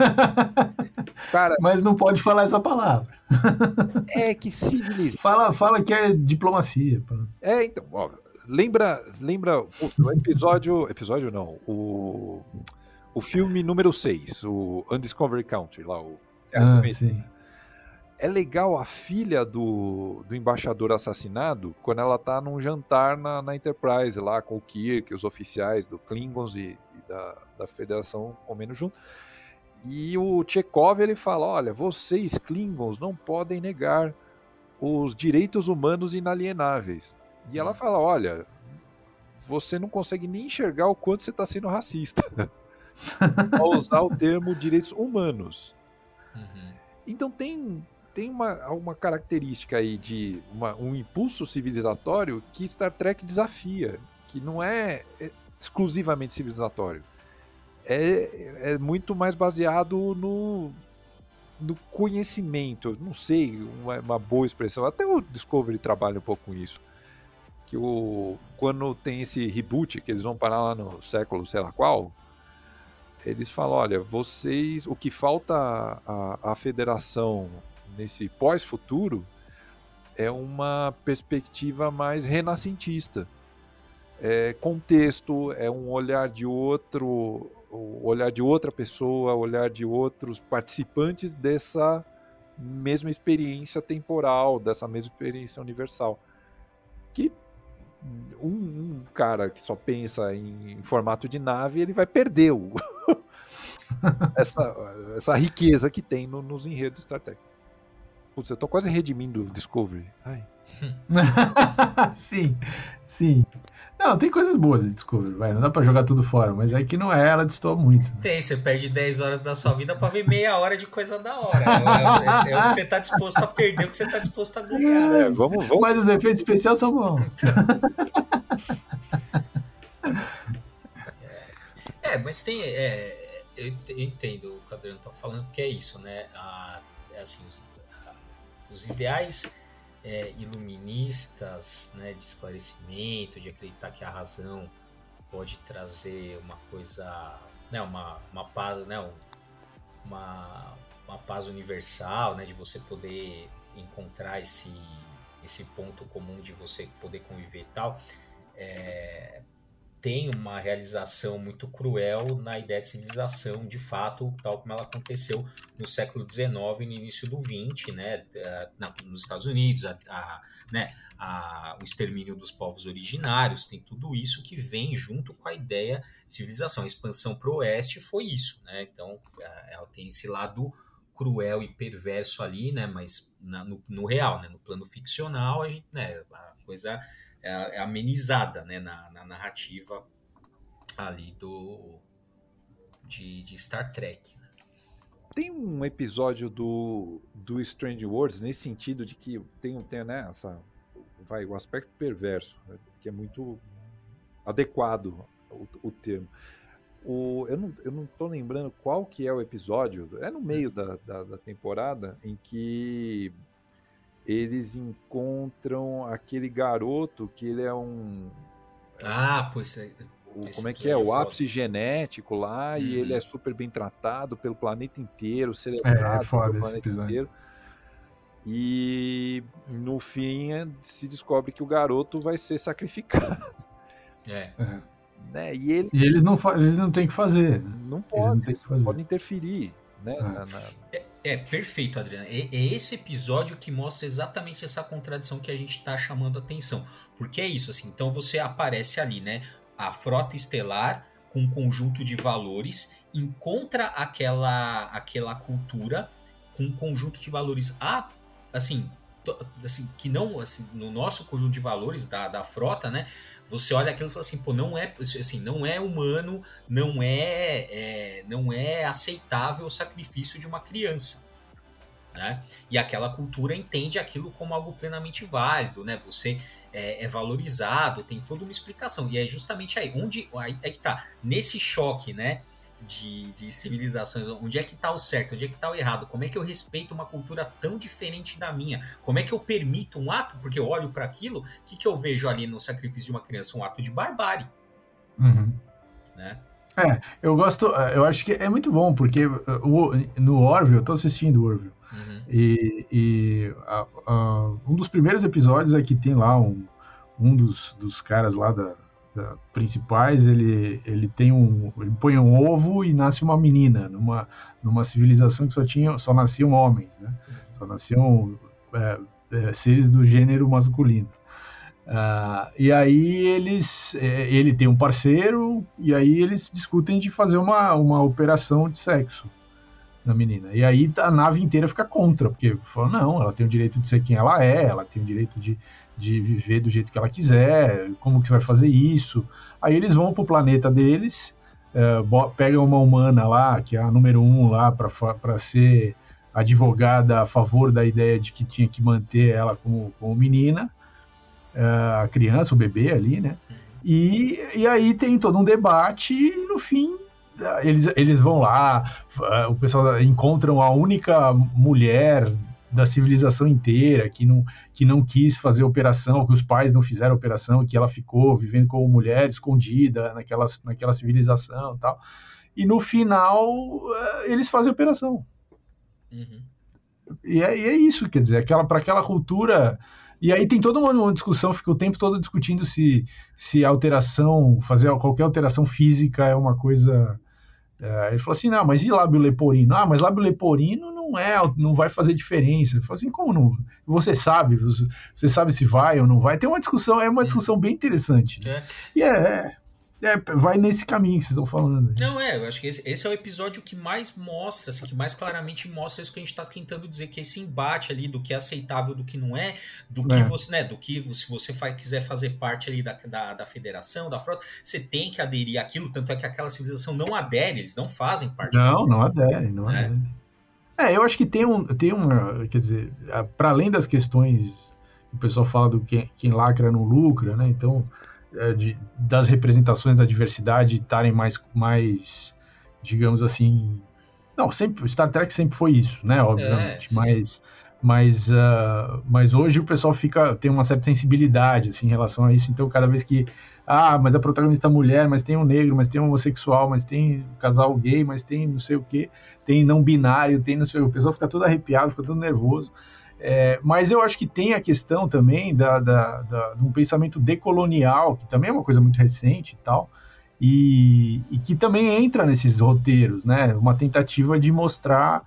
Cara, mas não pode falar essa palavra. É que civilização. Fala, fala que é diplomacia. É, então, ó, lembra, lembra o, o episódio, episódio não, o, o filme número seis, o Undiscovered Country, lá, o... Ah, sim. É legal a filha do, do embaixador assassinado quando ela tá num jantar na, na Enterprise lá com o Kirk, os oficiais do Klingons e, e da, da Federação comendo junto. E o Chekhov ele fala, olha, vocês Klingons não podem negar os direitos humanos inalienáveis. E ela fala, olha, você não consegue nem enxergar o quanto você está sendo racista ao usar o termo direitos humanos. Uhum. Então tem... tem uma, uma característica aí de uma, um impulso civilizatório que Star Trek desafia, que não é exclusivamente civilizatório. É, é muito mais baseado no, no conhecimento, não sei, uma, uma boa expressão. Até o Discovery trabalha um pouco com isso. Que o, quando tem esse reboot, que eles vão parar lá no século sei lá qual, eles falam, olha, vocês, o que falta à Federação nesse pós-futuro é uma perspectiva mais renascentista. É contexto, é um olhar de outro, o olhar de outra pessoa, olhar de outros participantes dessa mesma experiência temporal, dessa mesma experiência universal. Que um, um cara que só pensa em, em formato de nave, ele vai perder o, essa, essa riqueza que tem no, nos enredos de Star Trek. Putz, eu tô quase redimindo o Discovery. Ai. Sim, sim. Não, tem coisas boas de Discovery, vai, não dá pra jogar tudo fora, mas é que não é, ela destoa muito. Tem, você perde dez horas da sua vida pra ver meia hora de coisa da hora. É, é, é o que você tá disposto a perder, o que você tá disposto a ganhar. É, vamos, vamos. Mas os efeitos especiais são bons. É, é, mas tem... É, eu, eu entendo o que o Adriano tá falando, porque é isso, né? A, é assim, os, a, os ideais... É, iluministas, né, de esclarecimento, de acreditar que a razão pode trazer uma coisa, né, uma, uma paz, né, uma, uma paz universal, né, de você poder encontrar esse, esse ponto comum de você poder conviver e tal, é, tem uma realização muito cruel na ideia de civilização, de fato, tal como ela aconteceu no século dezenove e no início do vinte, né, na, nos Estados Unidos, a, a, né, a, o extermínio dos povos originários, tem tudo isso que vem junto com a ideia de civilização. A expansão para o oeste foi isso, né, então ela tem esse lado cruel e perverso ali, né, mas na, no, no real, né, no plano ficcional, a, gente, né, a coisa... é amenizada, né, na, na narrativa ali do de, de Star Trek. Né? Tem um episódio do, do Strange Worlds nesse sentido de que tem, tem né, essa, vai, o aspecto perverso, né, que é muito adequado o, o termo. O, eu, não, eu não tô lembrando qual que é o episódio, é no meio da, da, da temporada em que eles encontram aquele garoto que ele é um... Ah, pois é. O, como é que é? O ápice genético lá, hum. e ele é super bem tratado pelo planeta inteiro, celebrado é, é foda pelo planeta inteiro. E no fim se descobre que o garoto vai ser sacrificado. É. é. Né? E, ele, e eles não eles não têm que fazer. Não podem, eles não podem interferir. Né? É. Na, na... É, é perfeito, Adriano. É, é esse episódio que mostra exatamente essa contradição que a gente está chamando a atenção. Porque é isso, assim, então você aparece ali, né? A frota estelar com um conjunto de valores encontra aquela, aquela cultura com um conjunto de valores ah, assim, to, assim, que não, assim, no nosso conjunto de valores da, da frota, né? Você olha aquilo e fala assim, pô, não é, assim, não é humano, não é, é, não é aceitável o sacrifício de uma criança. Né? E aquela cultura entende aquilo como algo plenamente válido, né? Você é, é valorizado, tem toda uma explicação. E é justamente aí, onde aí é que tá, nesse choque, né? De, de civilizações, onde é que tá o certo, onde é que tá o errado, como é que eu respeito uma cultura tão diferente da minha, como é que eu permito um ato, porque eu olho para aquilo, o que, que eu vejo ali no sacrifício de uma criança? Um ato de barbárie. Uhum. Né? É, eu gosto, eu acho que é muito bom, porque o, no Orville, eu tô assistindo o Orville, uhum. e, e a, a, um dos primeiros episódios é que tem lá um, um dos, dos caras lá da principais, ele, ele tem um ele põe um ovo e nasce uma menina numa, numa civilização que só tinha só nasciam homens, né? Só nasciam é, é, seres do gênero masculino. Uh, e aí eles é, ele tem um parceiro e aí eles discutem de fazer uma, uma operação de sexo na menina. E aí a nave inteira fica contra, porque falam, não, ela tem o direito de ser quem ela é, ela tem o direito de de viver do jeito que ela quiser, como que você vai fazer isso? Aí eles vão pro planeta deles, uh, pegam uma humana lá, que é a número um lá, para ser advogada a favor da ideia de que tinha que manter ela como, como menina, uh, a criança, o bebê ali, né? E, e aí tem todo um debate e no fim eles, eles vão lá, uh, o pessoal encontram a única mulher da civilização inteira, que não, que não quis fazer operação, que os pais não fizeram operação, que ela ficou vivendo como mulher escondida naquela, naquela civilização e tal. e no final eles fazem a operação. Uhum. E, é, e é isso, quer dizer, aquela, para aquela cultura... E aí tem toda uma, uma discussão, fica o tempo todo discutindo se, se alteração, fazer qualquer alteração física é uma coisa... É, ele falou assim, não, mas e lábio leporino? Ah, mas lábio leporino não é, não vai fazer diferença. Ele falou assim, como não? Você sabe, você, você sabe se vai ou não vai? Tem uma discussão, é uma discussão bem interessante. Né? É. E é, é, é, vai nesse caminho que vocês estão falando. Não, é, eu acho que esse, esse é o episódio que mais mostra, assim, que mais claramente mostra isso que a gente está tentando dizer, que esse embate ali do que é aceitável, do que não é, do que É. você, né, do que se você faz, quiser fazer parte ali da, da, da federação, da frota, você tem que aderir àquilo, tanto é que aquela civilização não adere, eles não fazem parte Não, não adere, não É. adere. É, eu acho que tem, um, tem uma, quer dizer, para além das questões que o pessoal fala do quem, quem lacra não lucra, né, então... De, das representações da diversidade estarem mais, mais, digamos assim... Não, sempre, Star Trek sempre foi isso, né? Obviamente. É, mas, mas, uh, mas hoje o pessoal fica, tem uma certa sensibilidade assim, em relação a isso. Então, cada vez que... Ah, mas a protagonista é mulher, mas tem um negro, mas tem um homossexual, mas tem um casal gay, mas tem não sei o quê, tem não binário, tem não sei o quê. O pessoal fica todo arrepiado, fica todo nervoso. É, mas eu acho que tem a questão também da, da, da, de um pensamento decolonial, que também é uma coisa muito recente e tal, e, e que também entra nesses roteiros, né? Uma tentativa de mostrar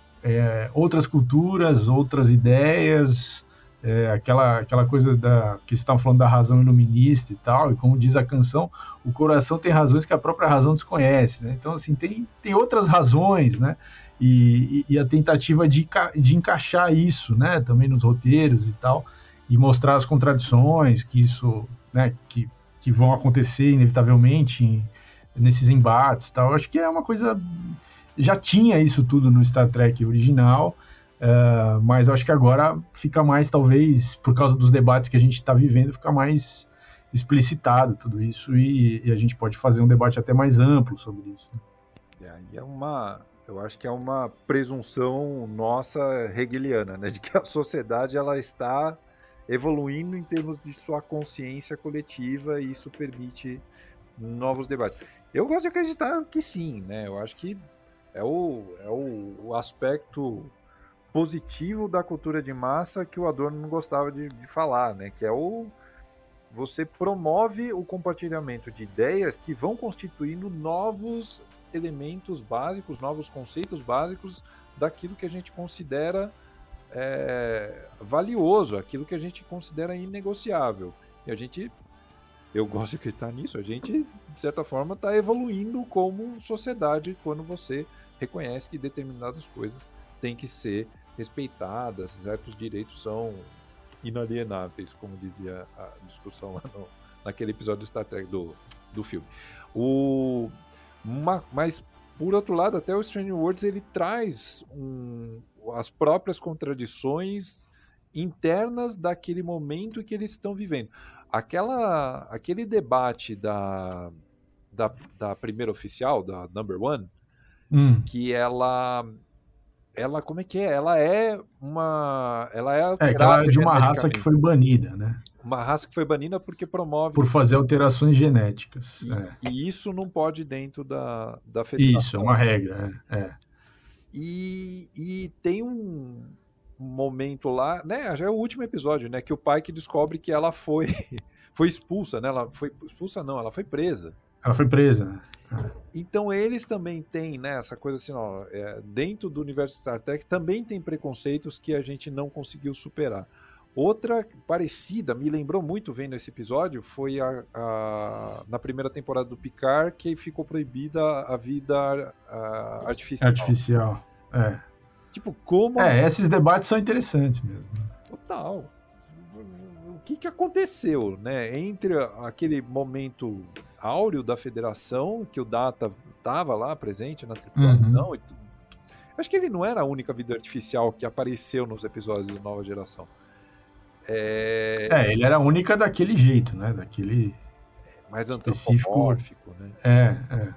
é, outras culturas, outras ideias, é, aquela, aquela coisa da, que vocês estavam falando da razão iluminista e tal, e como diz a canção, o coração tem razões que a própria razão desconhece, né? Então, assim, tem, tem outras razões, né? E, e a tentativa de, de encaixar isso, né, também nos roteiros e tal, e mostrar as contradições que isso, né, que, que vão acontecer inevitavelmente em, nesses embates e tal. Eu acho que é uma coisa... Já tinha isso tudo no Star Trek original, uh, mas eu acho que agora fica mais, talvez, por causa dos debates que a gente está vivendo, fica mais explicitado tudo isso, e, e a gente pode fazer um debate até mais amplo sobre isso. E aí é uma... Eu acho que é uma presunção nossa hegeliana, né, de que a sociedade ela está evoluindo em termos de sua consciência coletiva e isso permite novos debates. Eu gosto de acreditar que sim, né? Eu acho que é o, é o, o aspecto positivo da cultura de massa que o Adorno não gostava de, de falar, né? Que é o você promove o compartilhamento de ideias que vão constituindo novos elementos básicos, novos conceitos básicos daquilo que a gente considera é, valioso, aquilo que a gente considera inegociável. E a gente, eu gosto de acreditar nisso, a gente, de certa forma, está evoluindo como sociedade quando você reconhece que determinadas coisas têm que ser respeitadas, certos direitos são inalienáveis, como dizia a discussão lá no, naquele episódio do Star Trek do, do filme. O... Uma, mas, por outro lado, até o Strange Worlds ele traz um, as próprias contradições internas daquele momento que eles estão vivendo. Aquela, aquele debate da, da, da primeira oficial, da Number One, hum. que ela... Ela, como é que é? Ela é uma... Ela é, é aquela de uma raça que foi banida, né? Uma raça que foi banida porque promove... Por fazer alterações genéticas. E, é. e isso não pode dentro da, da federação. Isso, é uma regra, é. é. E, e tem um momento lá, né? Já é o último episódio, né? Que o Pike descobre que ela foi, foi expulsa, né? Ela foi expulsa não, ela foi presa. Ela foi presa, né? Então eles também têm, né, essa coisa assim, ó, é, dentro do universo Star Trek também tem preconceitos que a gente não conseguiu superar. Outra parecida, me lembrou muito vendo esse episódio, foi a, a, na primeira temporada do Picard, que ficou proibida a vida a, artificial. Artificial, é. Tipo, como... É, esses debates são interessantes mesmo. Total. O que, que aconteceu, né, entre aquele momento áureo da Federação, que o Data estava lá presente na tripulação, uhum. e tudo. Acho que ele não era a única vida artificial que apareceu nos episódios da Nova Geração. É, é ele era a única daquele jeito, né, daquele mais antropomórfico, né? É, é.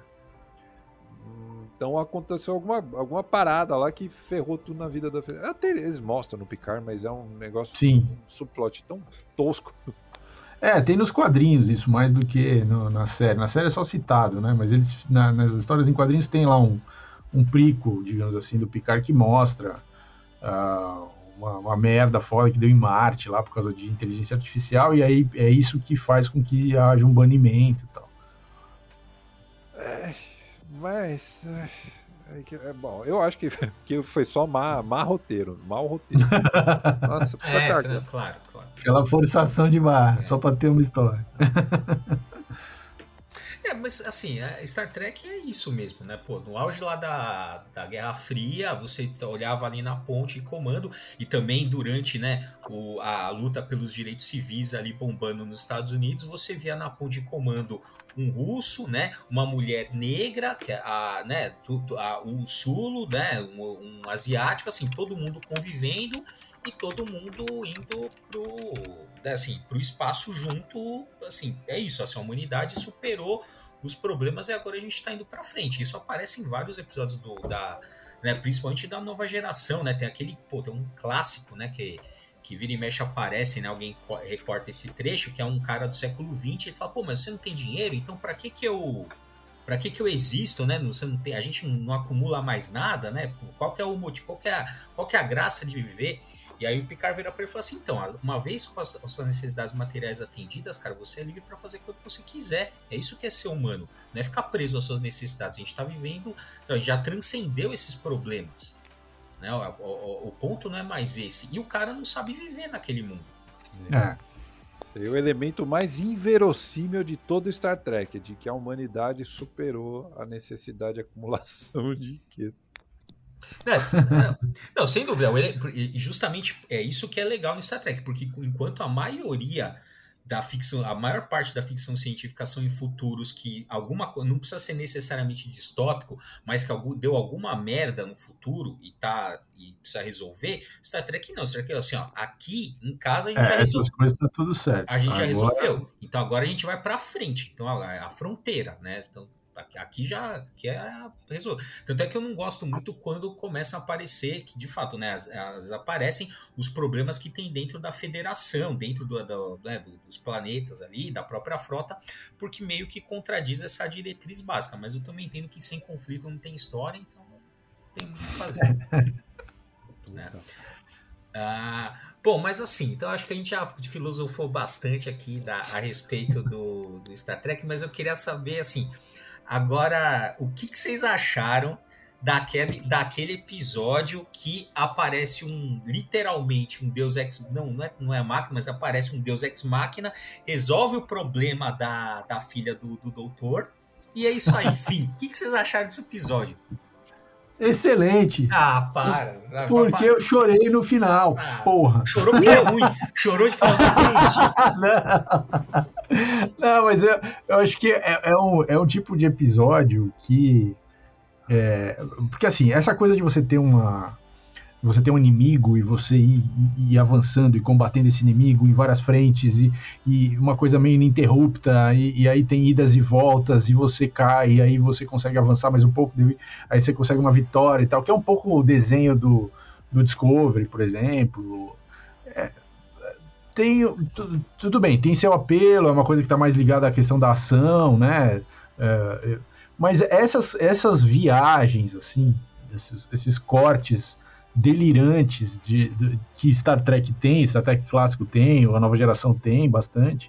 Então aconteceu alguma, alguma parada lá que ferrou tudo na vida da Federação. Até eles mostram no Picard, mas é um negócio, Sim. um subplot tão tosco. É, tem nos quadrinhos isso, mais do que no, na série. Na série é só citado, né? Mas eles, na, nas histórias em quadrinhos tem lá um, um prequel, digamos assim, do Picard que mostra uh, uma, uma merda foda que deu em Marte lá por causa de inteligência artificial, e aí é isso que faz com que haja um banimento e tal. É, mas... É, é bom, eu acho que, que foi só má, má roteiro, mau roteiro. Nossa, puta é, carga. claro, claro. Aquela forçação de barra, é. Só pra ter uma história. É, mas assim, Star Trek é isso mesmo, né? Pô, no auge lá da, da Guerra Fria, você olhava ali na ponte de comando, e também durante, né, o, a luta pelos direitos civis ali bombando nos Estados Unidos, você via na ponte de comando um russo, né, uma mulher negra, que é a, né, tudo, a, um sulo, né, um, um asiático, assim, todo mundo convivendo e todo mundo indo pro, assim, pro espaço junto, assim, é isso, assim, a humanidade superou os problemas e agora a gente está indo para frente. Isso aparece em vários episódios do, da, né, principalmente da nova geração, né, tem aquele, pô, tem um clássico, né, que que vira e mexe aparece, né, alguém recorta esse trecho, que é um cara do século vinte, e fala, pô, mas você não tem dinheiro, então para que que eu para que que eu existo, né? Você não tem, a gente não acumula mais nada, né? Qual que é o motivo, qual que é a, qual que é a graça de viver? E aí o Picard vira para ele e fala assim, então, uma vez com as, as suas necessidades materiais atendidas, cara, você é livre para fazer o que você quiser. É isso que é ser humano, não é ficar preso às suas necessidades. A gente está vivendo, sabe, já transcendeu esses problemas. Né? O, o, o ponto não é mais esse. E o cara não sabe viver naquele mundo. É. Esse é o elemento mais inverossímil de todo Star Trek, de que a humanidade superou a necessidade de acumulação de riqueza. Não, não, sem dúvida. E justamente é isso que é legal no Star Trek, porque enquanto a maioria da ficção, a maior parte da ficção científica são em futuros que alguma coisa, não precisa ser necessariamente distópico, mas que algum, deu alguma merda no futuro e tá e precisa resolver. Star Trek não, Star Trek é assim, ó, aqui em casa a gente é, já resolveu. Essas coisas tá tudo certo. A gente agora... já resolveu. Então agora a gente vai pra frente. Então a, a fronteira, né? Então aqui já aqui é resolvido. Tanto é que eu não gosto muito quando começam a aparecer, que de fato, né, as, as aparecem os problemas que tem dentro da federação, dentro do, do, né, dos planetas ali, da própria frota, porque meio que contradiz essa diretriz básica. Mas eu também entendo que sem conflito não tem história, então não tem muito o que fazer. Né? Ah, bom, mas assim, então acho que a gente já filosofou bastante aqui da, a respeito do, do Star Trek, mas eu queria saber, assim, agora, o que, que vocês acharam daquele, daquele episódio que aparece um, literalmente, um Deus Ex... Não, não é, não é máquina, mas aparece um Deus Ex Machina, resolve o problema da, da filha do, do doutor, e é isso aí, enfim. O que, que vocês acharam desse episódio? Excelente. Ah, para. Porque para. Eu chorei no final. Ah, porra. Chorou porque é ruim. Chorou de falar do não. não, mas eu, eu acho que é, é, um, é um tipo de episódio que... É, porque assim, essa coisa de você ter uma... Você ter um inimigo e você ir, ir, ir avançando e combatendo esse inimigo em várias frentes e, e uma coisa meio ininterrupta e, e aí tem idas e voltas e você cai e aí você consegue avançar mais um pouco, aí você consegue uma vitória e tal, que é um pouco o desenho do, do Discovery, por exemplo. É, tem, tudo, tudo bem, tem seu apelo, é uma coisa que está mais ligada à questão da ação, né? É, mas essas, essas viagens, assim, esses, esses cortes delirantes de, de, que Star Trek tem, Star Trek clássico tem, a nova geração tem bastante,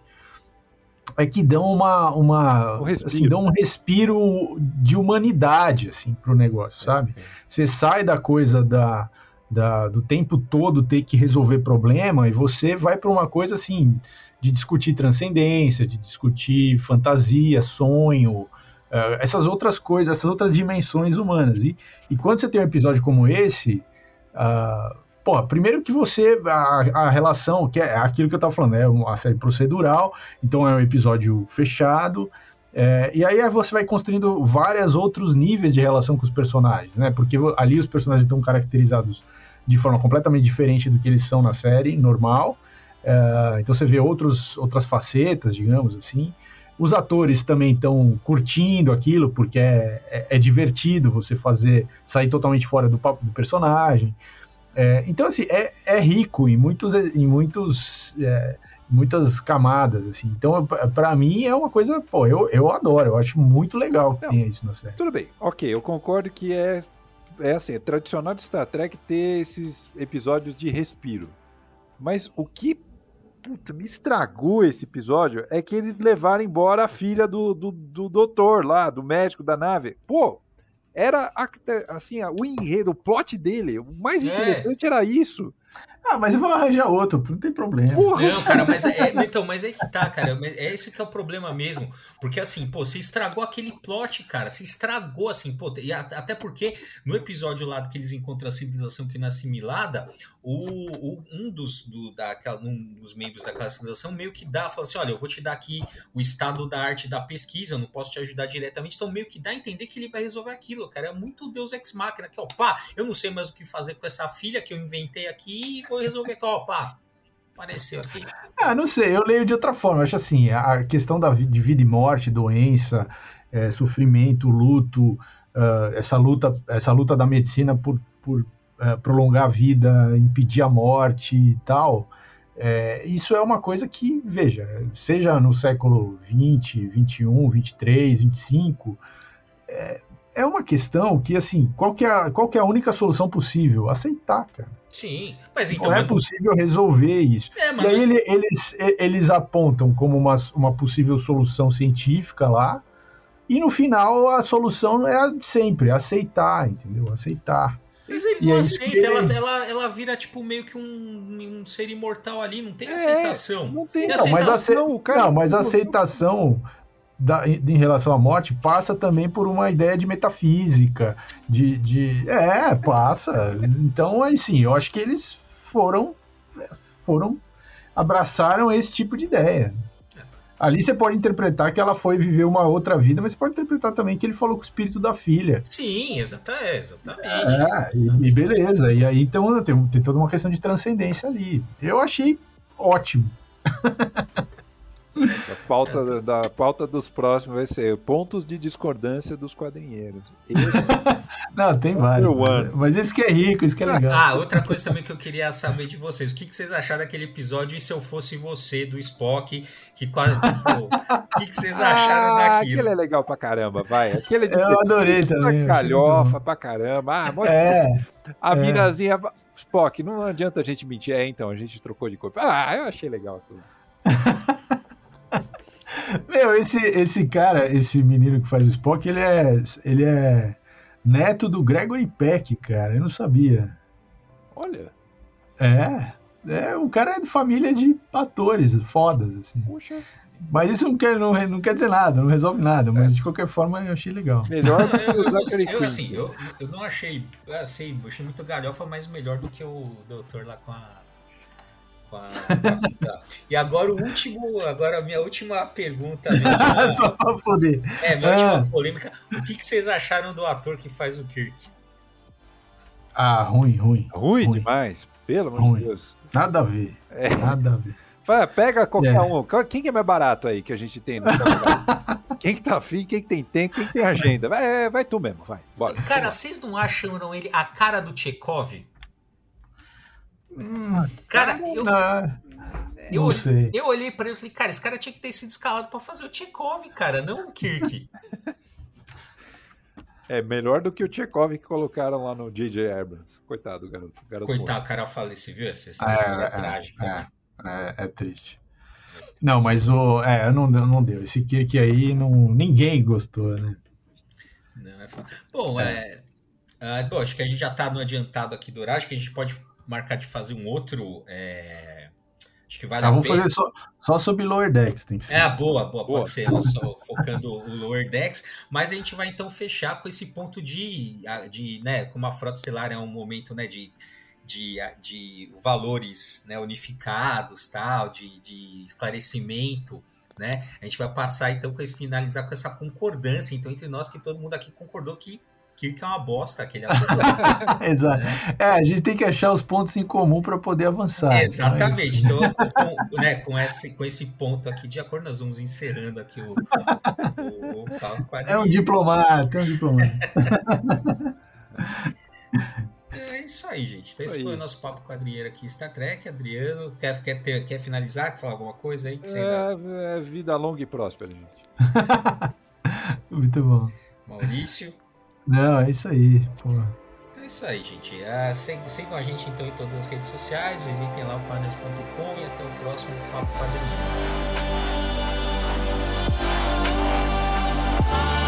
é que dão uma, uma um assim, dão um respiro de humanidade assim, pro negócio, é, sabe? É. Você sai da coisa da, da, do tempo todo ter que resolver problema e você vai para uma coisa assim, de discutir transcendência, de discutir fantasia, sonho, uh, essas outras coisas, essas outras dimensões humanas. E, e quando você tem um episódio como esse, Uh, pô, primeiro que você, a, a relação, que é aquilo que eu tava falando, é uma série procedural, então é um episódio fechado, é, e aí você vai construindo vários outros níveis de relação com os personagens, né, porque ali os personagens estão caracterizados de forma completamente diferente do que eles são na série normal, é, então você vê outros, outras facetas, digamos assim. Os atores também estão curtindo aquilo, porque é, é, é divertido você fazer, sair totalmente fora do, do personagem. É, então, assim, é, é rico em muitos, em muitos é, muitas camadas, assim. Então, para mim, é uma coisa, pô, eu, eu adoro, eu acho muito legal que Não, tenha isso na série. Tudo bem, ok, eu concordo que é, é assim, é tradicional de Star Trek ter esses episódios de respiro. Mas o que puta, me estragou esse episódio é que eles levaram embora a filha do, do, do doutor lá, do médico da nave. Pô, era assim, o enredo, o plot dele, o mais interessante é. era isso. Ah, mas eu vou arranjar outro, não tem problema. Porra. Não, cara, mas é, é, então, mas é que tá, cara, é esse que é o problema mesmo, porque assim, pô, você estragou aquele plot, cara, você estragou, assim, pô, e a, até porque no episódio lá que eles encontram a civilização que não é assimilada, o, o, um, dos, do, daquela, um dos membros daquela civilização meio que dá, fala assim, olha, eu vou te dar aqui o estado da arte da pesquisa, eu não posso te ajudar diretamente, então meio que dá a entender que ele vai resolver aquilo, cara, é muito Deus Ex Machina, que ó, pá, eu não sei mais o que fazer com essa filha que eu inventei aqui e vou resolver, ó, pá, apareceu aqui. Ah, não sei, eu leio de outra forma, eu acho assim, a questão da, de vida e morte, doença, é, sofrimento, luto, uh, essa luta, essa luta da medicina por, por uh, prolongar a vida, impedir a morte e tal, é, isso é uma coisa que, veja, seja no século vinte, vinte e um, vinte e três, vinte e cinco, é, é uma questão que, assim, qual que é a, qual que é a única solução possível? Aceitar, cara. Sim, mas então... Não é possível resolver isso. É, mas... E aí ele, eles, eles apontam como uma, uma possível solução científica lá, e no final a solução é a de sempre, aceitar, entendeu? Aceitar. Mas ele não aceita, ele... ela, ela, ela vira tipo meio que um, um ser imortal ali, não tem é, aceitação. Não tem, tem não, aceitação. Mas, ace... não, cara, não, mas a aceitação... Da, em relação à morte, passa também por uma ideia de metafísica, de, de é, passa. Então, aí sim, eu acho que eles foram, foram, abraçaram esse tipo de ideia. Ali você pode interpretar que ela foi viver uma outra vida, mas você pode interpretar também que ele falou com o espírito da filha. Sim, exatamente. exatamente. É, e, e beleza. E aí então, tem, tem toda uma questão de transcendência ali. Eu achei ótimo. A pauta, da, da pauta dos próximos vai ser pontos de discordância dos quadrinheiros. Esse... Não, tem vários. Mas esse que é rico, isso que é legal. Ah, outra coisa também que eu queria saber de vocês. O que, que vocês acharam daquele episódio E Se Eu Fosse Você, do Spock? Que quase, tipo, o que, que vocês acharam ah, daquilo? Aquele é legal pra caramba, vai. Aquele é de eu adorei também. Calhofa pra caramba. Ah, é, a é. minazinha... Spock, não adianta a gente mentir. É, então, a gente trocou de corpo. Ah, eu achei legal aquilo. Meu, esse, esse cara, esse menino que faz o Spock, ele é, ele é neto do Gregory Peck, cara. Eu não sabia. Olha. É, é o cara é de família de atores fodas, assim. Puxa. Mas isso não quer, não, não quer dizer nada, não resolve nada. Mas é. de qualquer forma eu achei legal. Melhor eu, eu, eu, assim, eu, eu não achei, assim, eu achei muito galhofa, mas melhor do que o doutor lá com a E agora o último, agora a minha última pergunta, minha última, só pra foder. É, minha ah. última polêmica. O que, que vocês acharam do ator que faz o Kirk? Ah, ruim, ruim. Ruim, ruim. demais, pelo amor ruim. de Deus. Nada a ver, é. nada a ver. Vai, pega qualquer é. um. Quem que é mais barato aí que a gente tem? No quem que tá afim, quem que tem tempo, quem que tem agenda. Vai, vai tu mesmo, vai. Bora. Cara, vocês não acham ele a cara do Chekhov? Hum, cara, eu, não, eu, não sei. eu olhei pra ele e falei, cara, esse cara tinha que ter sido escalado pra fazer o Chekhov, cara, não o Kirk. É melhor do que o Chekhov que colocaram lá no J J Abrams. Coitado, garoto. garoto Coitado, o cara falece, viu? Essa história é, é trágica. É, né? é, é triste. Não, mas o. É, não, não deu. Esse Kirk aí, não, ninguém gostou, né? Não, é bom, é. é uh, bom, acho que a gente já tá no adiantado aqui do horário, acho que a gente pode marcar de fazer um outro. É... Acho que vale ah, a vamos pena. Vamos fazer só, só sobre Lower Decks, tem que ser. É, boa, boa, boa. Pode ser, só focando o Lower Decks. Mas a gente vai então fechar com esse ponto de, de né, como a Frota Estelar é um momento, né, de, de, de valores, né, unificados, tal, de, de esclarecimento. Né? A gente vai passar então com esse, finalizar com essa concordância então entre nós, que todo mundo aqui concordou que Kirk é uma bosta, aquele ator. Exato. Né? É, a gente tem que achar os pontos em comum para poder avançar. Exatamente. Então, com, né, com, esse, com esse ponto aqui de acordo, nós vamos encerrando aqui o, o, o papo quadrinho. É um diplomata, é um diplomata. É isso aí, gente. Então, esse aí foi o nosso papo quadrinheiro aqui, Star Trek. Adriano, quer, quer, ter, quer finalizar? Quer falar alguma coisa aí? Que você é, é vida longa e próspera, gente. Muito bom. Maurício. Não, é isso aí. Pô. Então é isso aí, gente. Uh, sigam a gente então em todas as redes sociais, visitem lá o quadrinhos ponto com e até o próximo Papo Quadrinho.